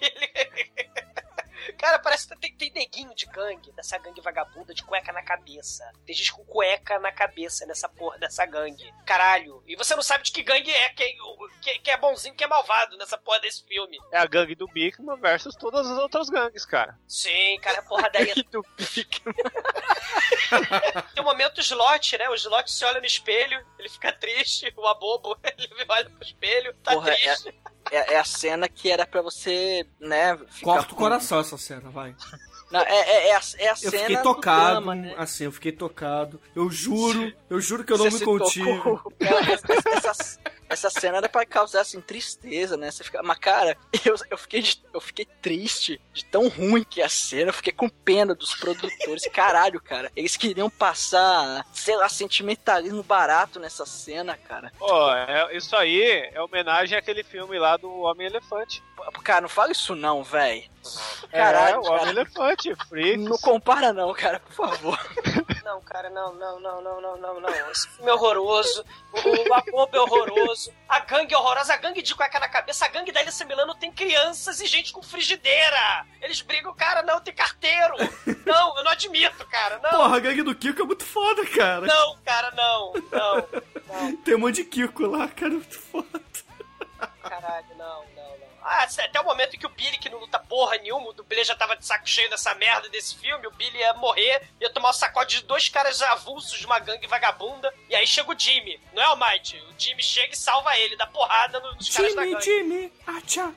Cara, parece que tem neguinho de gangue, dessa gangue vagabunda de cueca na cabeça. Tem gente com cueca na cabeça nessa porra dessa gangue. Caralho. E você não sabe de que gangue é, que é bonzinho, que é malvado nessa porra desse filme. É a gangue do Bickman versus todas as outras gangues, cara. Sim, cara, porradaria. Do Bickman. Tem um momento o Slot, né? O Slot se olha no espelho, ele fica triste, o abobo, ele olha pro espelho, tá porra, triste. É a cena que era pra você, né... Corta o coração essa cena, vai. Não, é a cena eu fiquei tocado, drama, né? Assim, eu fiquei tocado. Eu juro que eu não me contive. Essa cena era pra causar, assim, tristeza, né? Você fica... Mas, cara, eu fiquei triste de tão ruim que é a cena. Eu fiquei com pena dos produtores. Caralho, cara. Eles queriam passar, sei lá, sentimentalismo barato nessa cena, cara. Pô, isso aí é homenagem àquele filme lá do Homem-Elefante. Cara, não fala isso não, velho. Caralho, o Homem-Elefante, Freaks. Não compara não, cara, por favor. Não, cara, não. Esse filme é horroroso. O Bob é horroroso. A gangue é horrorosa. A gangue de cueca na cabeça. A gangue da Alyssa Milano tem crianças e gente com frigideira. Eles brigam, cara, não, tem carteiro. Não, eu não admito, cara, não. Porra, a gangue do Kiko é muito foda, cara. Não, cara, não. Tem um monte de Kiko lá, cara, é muito foda. Caralho, não. Até o momento que o Billy, que não luta porra nenhuma, o dublê já tava de saco cheio dessa merda desse filme, o Billy ia morrer, ia tomar o sacode de 2 caras avulsos de uma gangue vagabunda, e aí chega o Jimmy, não é o Might? O Jimmy chega e salva ele, dá porrada nos caras da gangue. Jimmy, achá.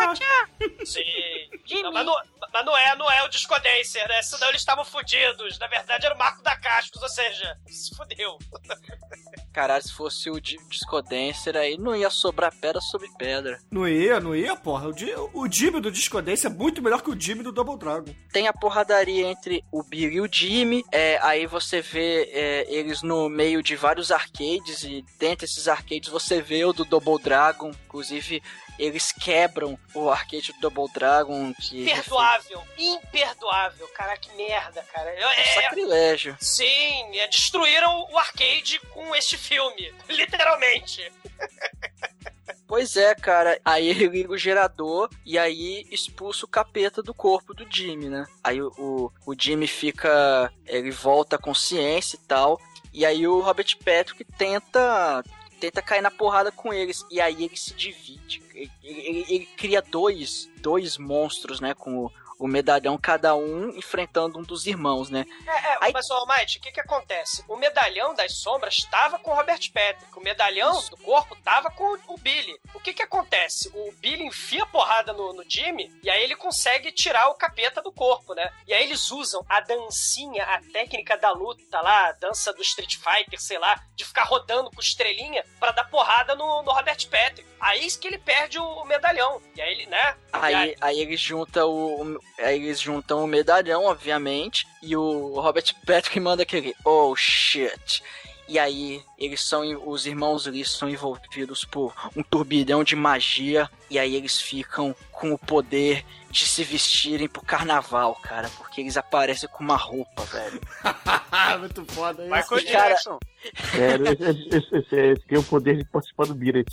Sim. Não, mas não é o Disco Dancer, né? Senão eles estavam fudidos. Na verdade era o Marco da Cascos, ou seja, se fudeu. Caralho, se fosse o Disco Dancer aí, não ia sobrar pedra sobre pedra. Não ia, porra. O Jimmy do Disco Dance é muito melhor que o Jimmy do Double Dragon. Tem a porradaria entre o Billy e o Jimmy, aí você vê eles no meio de vários arcades, e dentro desses arcades você vê o do Double Dragon, inclusive eles quebram o arcade do Double Dragon. Imperdoável, cara, que merda, cara. Sacrilégio. Sim, destruíram o arcade com este filme, literalmente. Pois é, cara. Aí ele liga o gerador e aí expulsa o capeta do corpo do Jimmy, né? Aí o Jimmy fica... Ele volta à consciência e tal. E aí o Robert Patrick tenta cair na porrada com eles. E aí ele se divide. Ele cria dois monstros, né? Com o medalhão, cada um enfrentando um dos irmãos, né? Aí... Mas, Almighty, o que acontece? O medalhão das sombras estava com o Robert Patrick, o medalhão do corpo estava com o Billy. O que acontece? O Billy enfia a porrada no Jimmy, e aí ele consegue tirar o capeta do corpo, né? E aí eles usam a dancinha, a técnica da luta lá, a dança do Street Fighter, sei lá, de ficar rodando com estrelinha pra dar porrada no Robert Patrick. Aí que ele perde o medalhão. E aí ele, né? Aí eles juntam o medalhão, obviamente, e o Robert Patrick manda aquele oh shit. E aí os irmãos Lee são envolvidos por um turbilhão de magia, e aí eles ficam com o poder de se vestirem pro carnaval, cara, porque eles aparecem com uma roupa, velho. Muito foda isso. Michael Jackson. Esse tem o poder de participar do Biret.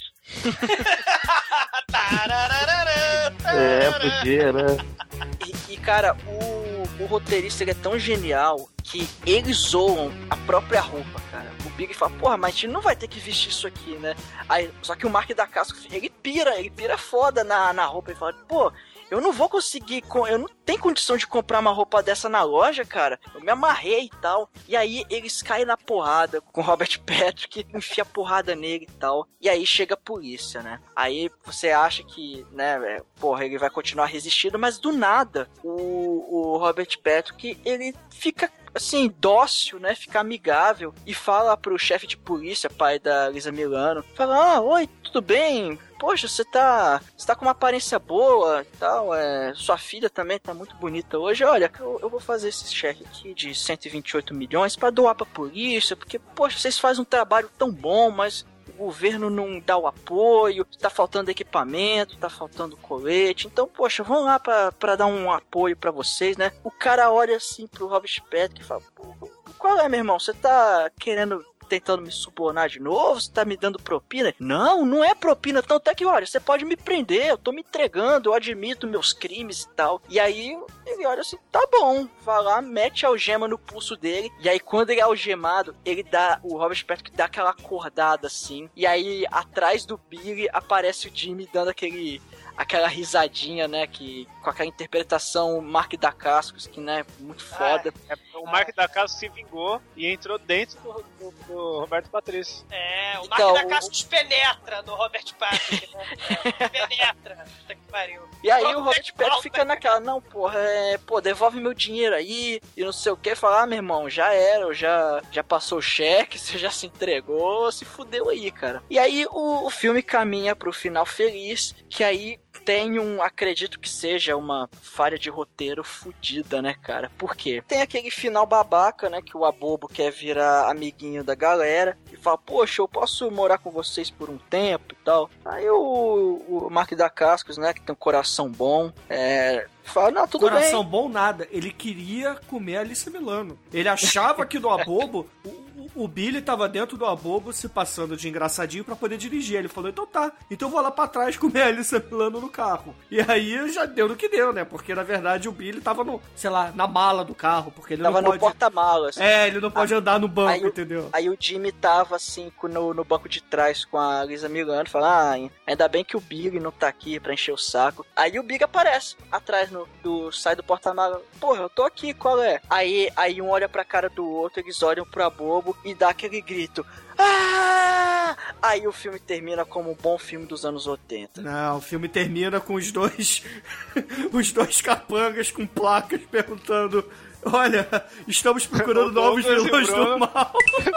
Podia, né? E cara, o roteirista ele é tão genial que eles zoam a própria roupa, cara. O Big fala, porra, mas a gente não vai ter que vestir isso aqui, né? Aí, só que o Mark da Casca, ele pira foda na roupa e fala, pô, eu não vou conseguir, eu não tenho condição de comprar uma roupa dessa na loja, cara. Eu me amarrei e tal. E aí eles caem na porrada com o Robert Patrick, enfia a porrada nele e tal. E aí chega a polícia, né? Aí você acha que, né, porra, ele vai continuar resistindo, mas do nada o Robert Patrick, ele fica assim, dócil, né, fica amigável e fala pro chefe de polícia, pai da Alyssa Milano, fala, oi, tudo bem? Poxa, você tá com uma aparência boa e tal, sua filha também tá muito bonita hoje, olha, eu vou fazer esse cheque aqui de 128 milhões pra doar pra polícia, porque, poxa, vocês fazem um trabalho tão bom, mas o governo não dá o apoio, tá faltando equipamento, tá faltando colete, então, poxa, vamos lá pra dar um apoio pra vocês, né? O cara olha assim pro Robert Patrick e fala, qual é, meu irmão, você tá tentando me subornar de novo? Você tá me dando propina? Não é propina, tanto é que, olha, você pode me prender, eu tô me entregando, eu admito meus crimes e tal. E aí, ele olha assim, tá bom, vai lá, mete a algema no pulso dele, e aí quando ele é algemado, o Robert Patrick dá aquela acordada assim, e aí atrás do Billy aparece o Jimmy dando aquela risadinha, né, que com aquela interpretação Mark Dacascos, que, né, muito foda. O Mark Dacascos se vingou e entrou dentro do Roberto Patrício. O Então, Mark Dacascos penetra no Robert Patrick, né? Penetra. Puta que pariu. E aí o Robert Patrick fica naquela, não, porra, devolve meu dinheiro aí, e não sei o que, fala, meu irmão, já era, já passou o cheque, você já se entregou, se fudeu aí, cara. E aí o filme caminha pro final feliz, que aí tem acredito que seja uma falha de roteiro fodida, né, cara? Por quê? Tem aquele final babaca, né, que o Abobo quer virar amiguinho da galera e fala, poxa, eu posso morar com vocês por um tempo e tal. Aí o Mark Dacascos, né, que tem um coração bom, fala, não, tudo bem. Coração bom nada, ele queria comer a Alice Milano. Ele achava que no Abobo... O Billy tava dentro do Abobo se passando de engraçadinho pra poder dirigir. Ele falou, então tá, então eu vou lá pra trás comer a Alice Milano no carro. E aí já deu no que deu, né? Porque na verdade o Billy tava na mala do carro, porque ele tava não pode... no porta-malas. Ele não pode andar no banco, entendeu? Aí o Jimmy tava assim no banco de trás com a Lisa Milano, falando, ainda bem que o Billy não tá aqui pra encher o saco. Aí o Big aparece atrás sai do porta-malas. Porra, eu tô aqui, qual é? Aí um olha pra cara do outro, eles olham pro Abobo e dá aquele grito. Ah! Aí o filme termina como um bom filme dos anos 80. Não, o filme termina com os dois capangas com placas perguntando, olha, estamos procurando novos vilões do mal.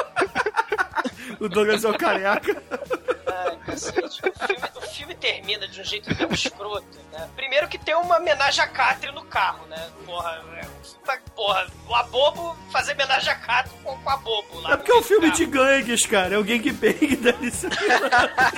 O Douglas é o careca. Ai, cacete. O filme termina de um jeito tão escroto, né? Primeiro que tem uma homenagem a Catherine no carro, né? Porra, o Abobo fazer homenagem a Catherine com o Abobo lá. É porque é um filme de gangues, cara. É o gangbang da Alice Milano.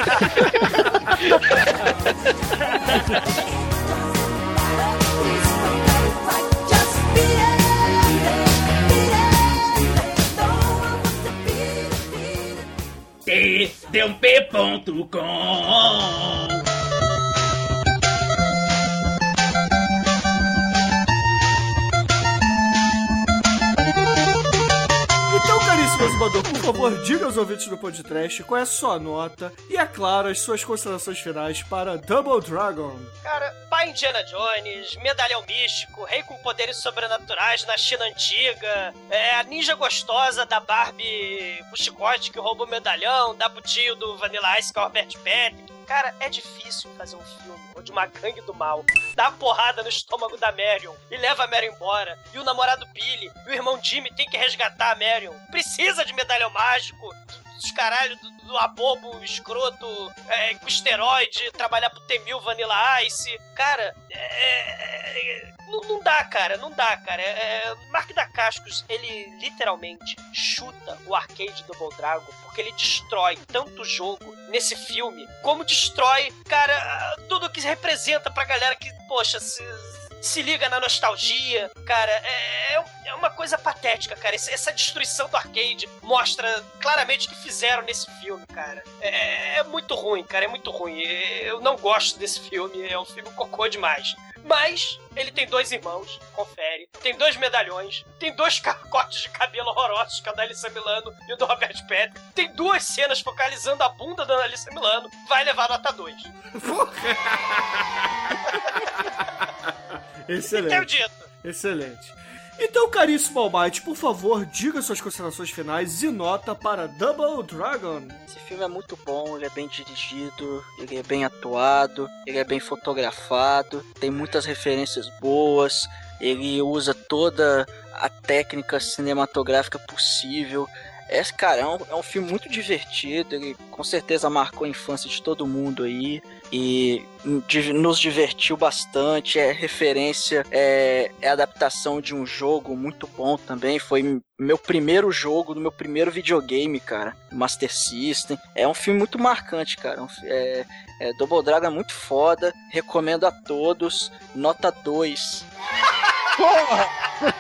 td1p.com. Então, caríssimo exumador, por favor, diga aos ouvintes do podcast qual é a sua nota e, é claro, as suas considerações finais para Double Dragon. Cara, pai Indiana Jones, medalhão místico, rei com poderes sobrenaturais na China antiga, a ninja gostosa da Barbie com chicote que rouba o medalhão, dá pro tio do Vanilla Ice com o Robert Patrick. Cara, é difícil fazer um filme onde uma gangue do mal dá uma porrada no estômago da Marion e leva a Marion embora, e o namorado Billy e o irmão Jimmy tem que resgatar a Marion. Precisa de medalhão mágico, dos caralho, do Abobo escroto, com esteroide, trabalhar pro T-1000 Vanilla Ice. Cara, não dá, cara. Mark Dacascos, ele literalmente chuta o arcade do Double Dragon, porque ele destrói tanto o jogo nesse filme, como destrói, cara, tudo que representa pra galera que, poxa, se liga na nostalgia, cara, é uma coisa patética, cara. Essa destruição do arcade mostra claramente o que fizeram nesse filme, cara. É muito ruim, cara, é muito ruim. Eu não gosto desse filme, é um filme cocô demais. Mas ele tem 2 irmãos, confere. Tem 2 medalhões. Tem 2 cortes de cabelo horrorosos, que é o da Alice Milano e o do Robert Patrick. Tem 2 cenas focalizando a bunda da Alice Milano. Vai levar nota 2. Excelente. Tenho dito. Excelente. Então, caríssimo Almighty, por favor, diga suas considerações finais e nota para Double Dragon. Esse filme é muito bom, ele é bem dirigido, ele é bem atuado, ele é bem fotografado, tem muitas referências boas, ele usa toda a técnica cinematográfica possível. Cara, é um filme muito divertido, ele com certeza marcou a infância de todo mundo aí e nos divertiu bastante. É referência, é adaptação de um jogo muito bom também. Foi meu primeiro jogo do meu primeiro videogame, cara, Master System. É um filme muito marcante, cara. Double Dragon é muito foda, recomendo a todos, nota 2. Porra!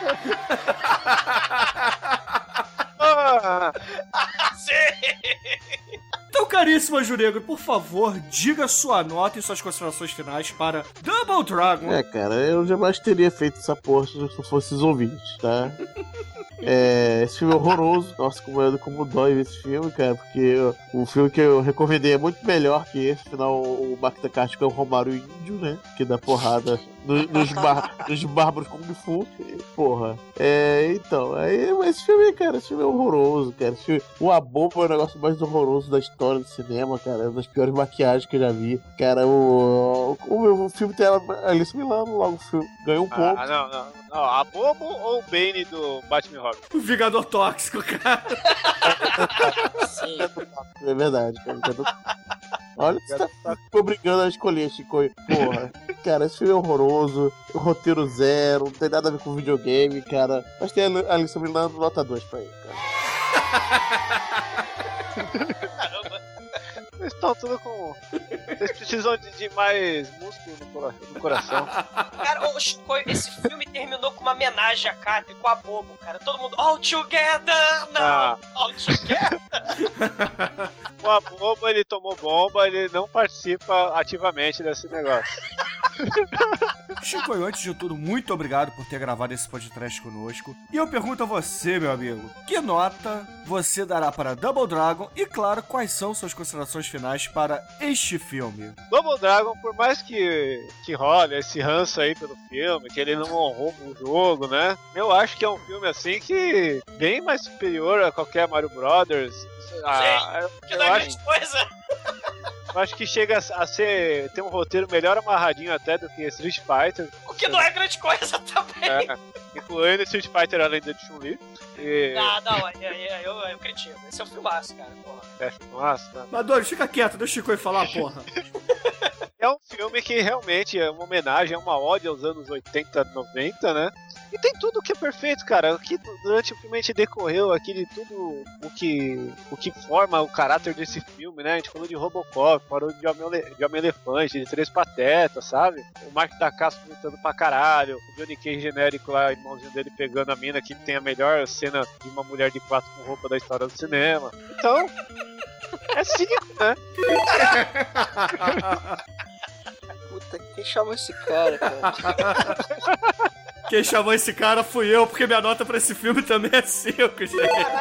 Então, caríssimo Anjo Negro, por favor, diga sua nota e suas considerações finais para Double Dragon. Cara, eu jamais teria feito essa porra se eu fosse os ouvintes, tá? Esse filme é horroroso. Nossa, como dói ver esse filme, cara. Porque o filme que eu recomendei é muito melhor que esse. Afinal, o Mark Takashi é o Romário índio, né? Que dá porrada nos bárbaros Kung Fu. Porra. Então, esse filme, cara, esse filme é horroroso, cara. O Abobo é o negócio mais horroroso da história do cinema, cara. É uma das piores maquiagens que eu já vi. Cara, o filme tem a Alice Milano logo, o filme ganhou um ponto. Não, Abobo ou o Bane do Batman Robin? O Vingador Tóxico, cara. Sim. É verdade, cara. Olha, você tá obrigando a escolher, Chico. Porra. Cara, esse filme é horroroso. O roteiro zero, não tem nada a ver com videogame, cara. Mas tem a Alice Milano nota 2 pra ele, cara. Caramba. Vocês estão tudo com... Vocês precisam de mais músculo no coração. Cara, esse filme terminou com uma homenagem a Cap, com a Bobo, cara. Todo mundo, all together! Não! All together! O Abobo, ele tomou bomba, ele não participa ativamente desse negócio. Chico, antes de tudo, muito obrigado por ter gravado esse podcast conosco. E eu pergunto a você, meu amigo, que nota você dará para Double Dragon? E, claro, quais são suas considerações finais para este filme? Double Dragon, por mais que role esse ranço aí pelo filme, que ele não honrou o jogo, né? Eu acho que é um filme, assim, que bem mais superior a qualquer Mario Brothers. Que não é grande coisa. Eu acho que chega a ser... Tem um roteiro melhor amarradinho até do que Street Fighter. O que não é grande coisa também. Incluindo Street Fighter além de Chun-Li. Eu critico. Esse é um filmaço, cara, porra. É filmaço, né? Maduro, fica quieto, deixa o Chico falar, porra. É um filme que realmente é uma homenagem, é uma ode aos anos 80, 90, né? E tem tudo que é perfeito, cara. Aqui, durante o filme a gente decorreu aqui de tudo o que forma o caráter desse filme, né? A gente falou de Robocop, falou de Homem-Elefante, de Três Patetas, sabe? O Mark Takashi lutando pra caralho, o Johnny Cage genérico lá, irmãozinho dele pegando a mina que tem a melhor cena de uma mulher de quatro com roupa da história do cinema. Então, é cínico, né? Puta, quem chamou esse cara? Quem chamou esse cara fui eu, porque minha nota pra esse filme também é 5, gente.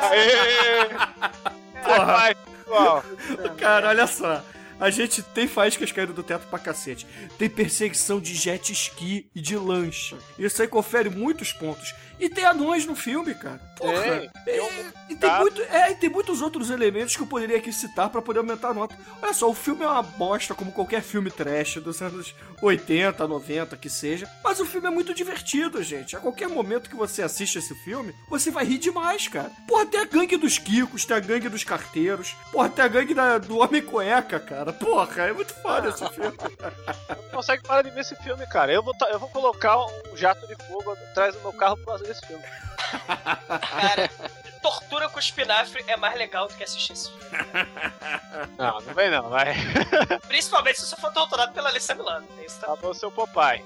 Porra. Cara, olha só. A gente tem faíscas caindo do teto pra cacete. Tem perseguição de jet ski e de lancha. Isso aí confere muitos pontos. E tem anões no filme, cara. Porra. E tem muitos outros elementos que eu poderia aqui citar pra poder aumentar a nota. Olha só, o filme é uma bosta, como qualquer filme trash dos anos 80, 90, que seja. Mas o filme é muito divertido, gente. A qualquer momento que você assiste esse filme, você vai rir demais, cara. Porra, tem a gangue dos Kikos, tem a gangue dos carteiros. Porra, tem a gangue do Homem Cueca, cara. Porra, é muito foda esse filme. Não consegue parar de ver esse filme, cara. Eu vou colocar um jato de fogo atrás do meu carro por causa desse filme. Cara, tortura com espinafre é mais legal do que assistir esse filme. Não vem não, vai. Principalmente se você for torturado pela Alice Milano. Isso tá bom, seu papai.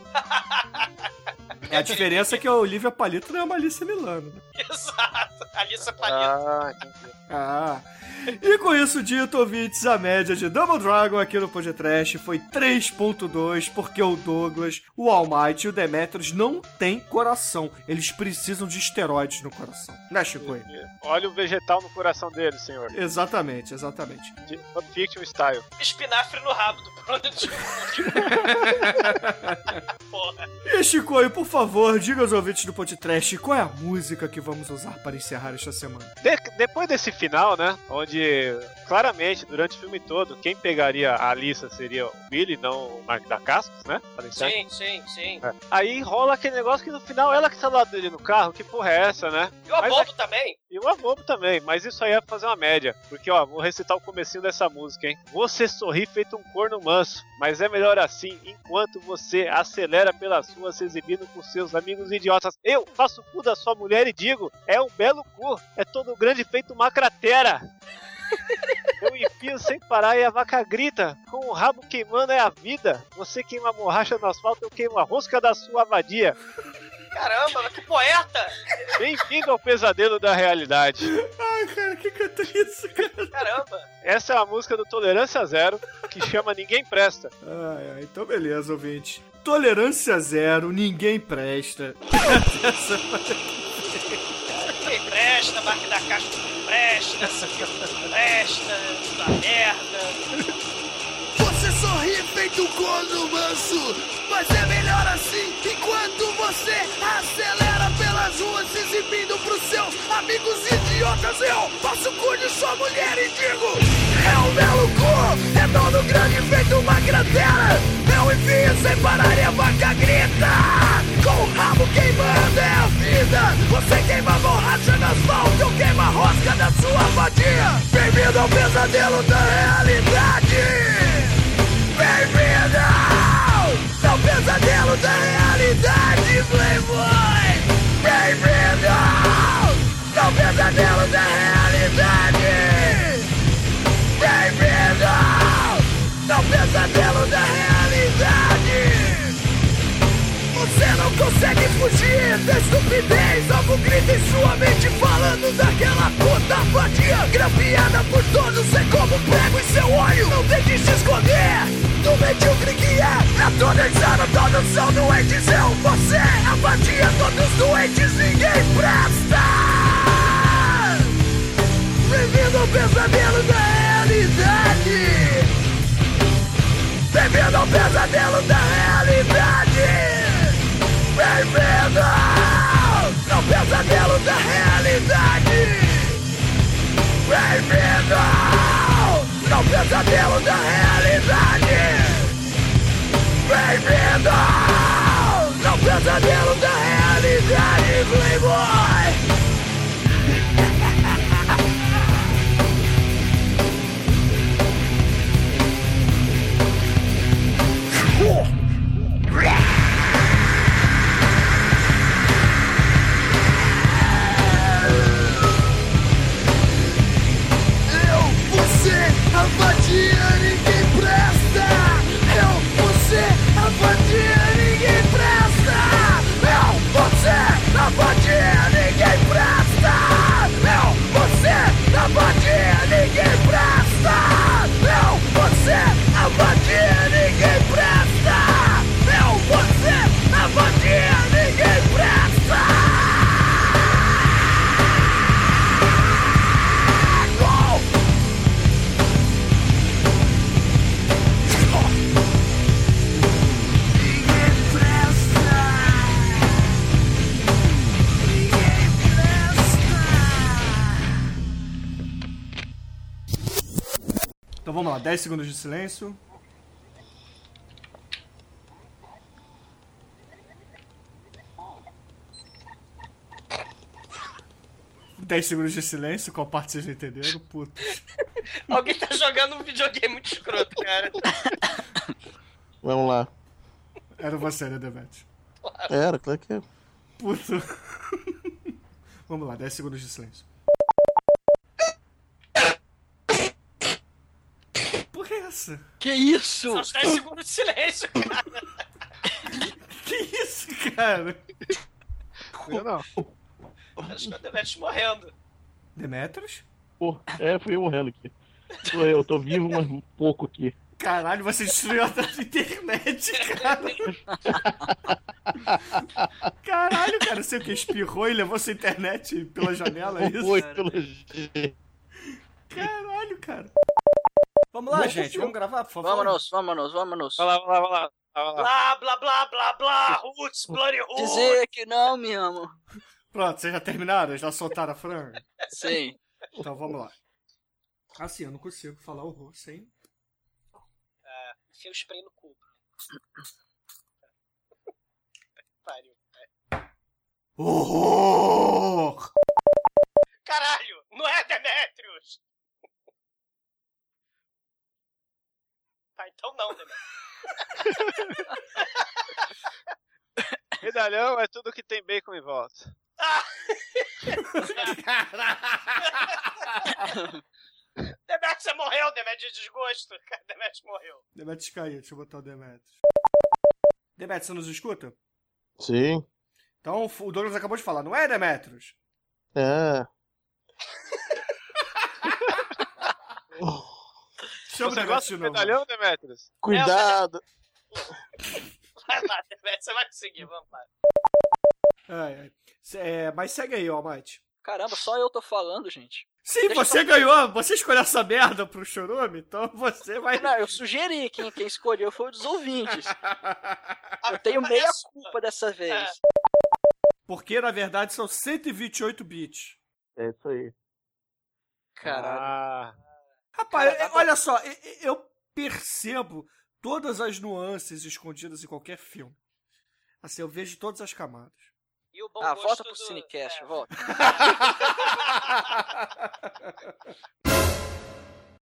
A diferença é que a Olivia Palito não é uma Alice Milano. Exato, Alice Palito. Entendi. E com isso dito, ouvintes, a média de Double Dragon aqui no podcast foi 3.2, porque o Douglas, o All Might e o Demetrius não têm coração. Eles precisam de esteroides no coração. Né, Chico? Olha o vegetal no coração dele, senhor. Exatamente. De Fiction Style. Espinafre no rabo do Bruno de Porra. E Chico, por favor, diga aos ouvintes do podcast qual é a música que vamos usar para encerrar esta semana. Depois desse final, né, onde claramente, durante o filme todo, quem pegaria a Alissa seria o Billy, não o Mark Dacascos, né? Sim. Aí rola aquele negócio que no final ela que tá lá dele no carro, que porra é essa, né? E o Abobo também. E o Abobo também, mas isso aí é fazer uma média. Porque, ó, vou recitar o comecinho dessa música, hein? Você sorri feito um corno manso, mas é melhor assim, enquanto você acelera pelas ruas se exibindo com seus amigos idiotas. Eu faço o cu da sua mulher e digo, é um belo cu, é todo grande feito uma cratera. Eu enfio sem parar e a vaca grita, com o rabo queimando é a vida. Você queima a borracha no asfalto, eu queimo a rosca da sua vadia. Caramba, que poeta! Bem-vindo ao pesadelo da realidade. Ai, cara, que canta isso, cara? Caramba! Essa é a música do Tolerância Zero, que chama Ninguém Presta. Então beleza, ouvinte. Tolerância Zero, Ninguém Presta. Ninguém presta, Mark da Casca não presta, Sanfilho não presta, da merda. Você sorri feito corno manso, mas é melhor assim. Enquanto você acelera pelas ruas, exibindo pros seus amigos idiotas, eu passo o cu de sua mulher e digo: é um belo cu, redondo grande feito uma cratera. Eu enfio sem parar e a vaca grita. Com o rabo queimando é a vida. Você queima borracha no asfalto, eu queimo a rosca da sua vadia. Bem-vindo ao pesadelo da realidade. Bem-vindo ao pesadelo da realidade, Playboy. Bem-vindo ao pesadelo da realidade. Bem-vindo ao pesadelo da realidade. Você não consegue fugir da estupidez. Algo grita em sua mente falando daquela puta vadia. Grampeada por todos, é como um prego em seu olho. Não tente se esconder do medíocre que é. É todo insano, todos são doentes. Eu, você, a vadia, todos doentes, ninguém presta. Bem-vindo ao pesadelo da realidade. Bem-vindo ao pesadelo da realidade. Bem-vindo ao pesadelo da realidade. Bem-vindo ao pesadelo da realidade. Bem-vindo ao pesadelo da realidade, Playboy. A vadia, ninguém presta. Eu, você, a vadia, ninguém presta. Eu, você, a vadia, ninguém presta. Eu, você, a vadia, ninguém presta. Eu, você, a vadia, ninguém presta. Eu, você, a vadia, ninguém presta. Então vamos lá, 10 segundos de silêncio. Dez segundos de silêncio, qual parte vocês não entenderam? Puta. Alguém tá jogando um videogame muito escroto, cara. Vamos lá. Era você, né, Demet? Era, claro que é. Puta. Vamos lá, 10 segundos de silêncio. Porra é essa? Que isso? São os 10 segundos de silêncio, cara. Que isso, cara? Eu não. Acho que é o Demetrius morrendo. Demetrius? Pô, fui eu morrendo aqui. Eu tô vivo, mas um pouco aqui. Caralho, você destruiu a internet, cara. Caralho, cara, você o que? Espirrou e levou sua internet pela janela, é isso? Foi pela gente. Caralho, cara. Vamos lá, gente, vamos gravar, por favor. Vamos. Vai lá. Blá, blá, blá, blá, blá. Roots, Bloody Roots. Dizer que não, me amo. Pronto, vocês já terminaram? Já soltaram a franga? Sim. Então vamos lá. Assim, eu não consigo falar horror sem... Enfia o spray no cu. Pariu. Horror! Caralho, não é Demetrius! Tá, então não, Demetrius. Medalhão é tudo que tem bacon em volta. Demetrius, você morreu, Demetrius, de desgosto. Demetrius morreu. Demetrius caiu, deixa eu botar o Demetrius. Demetrius, você nos escuta? Sim. Então o Douglas acabou de falar, não é, Demetrius? É. Chama o Você Demetrius gosta de do novo. medalhão, Demetrius? Cuidado. Vai lá, Demetrius, você vai conseguir, vamos lá. Mas segue aí, ó, Mate. Caramba, só eu tô falando, gente. Sim, Deixa você eu ganhou. Você escolheu essa merda pro Churume, então você vai... Não, eu sugeri. Quem escolheu foi os ouvintes. Eu tenho meia culpa dessa vez. Porque, na verdade, são 128 bits. É isso aí. Caralho. Rapaz, Cara, olha só, eu percebo todas as nuances escondidas em qualquer filme. Assim, eu vejo todas as camadas. E o bom Volta gosto pro do... Cinecast, volta.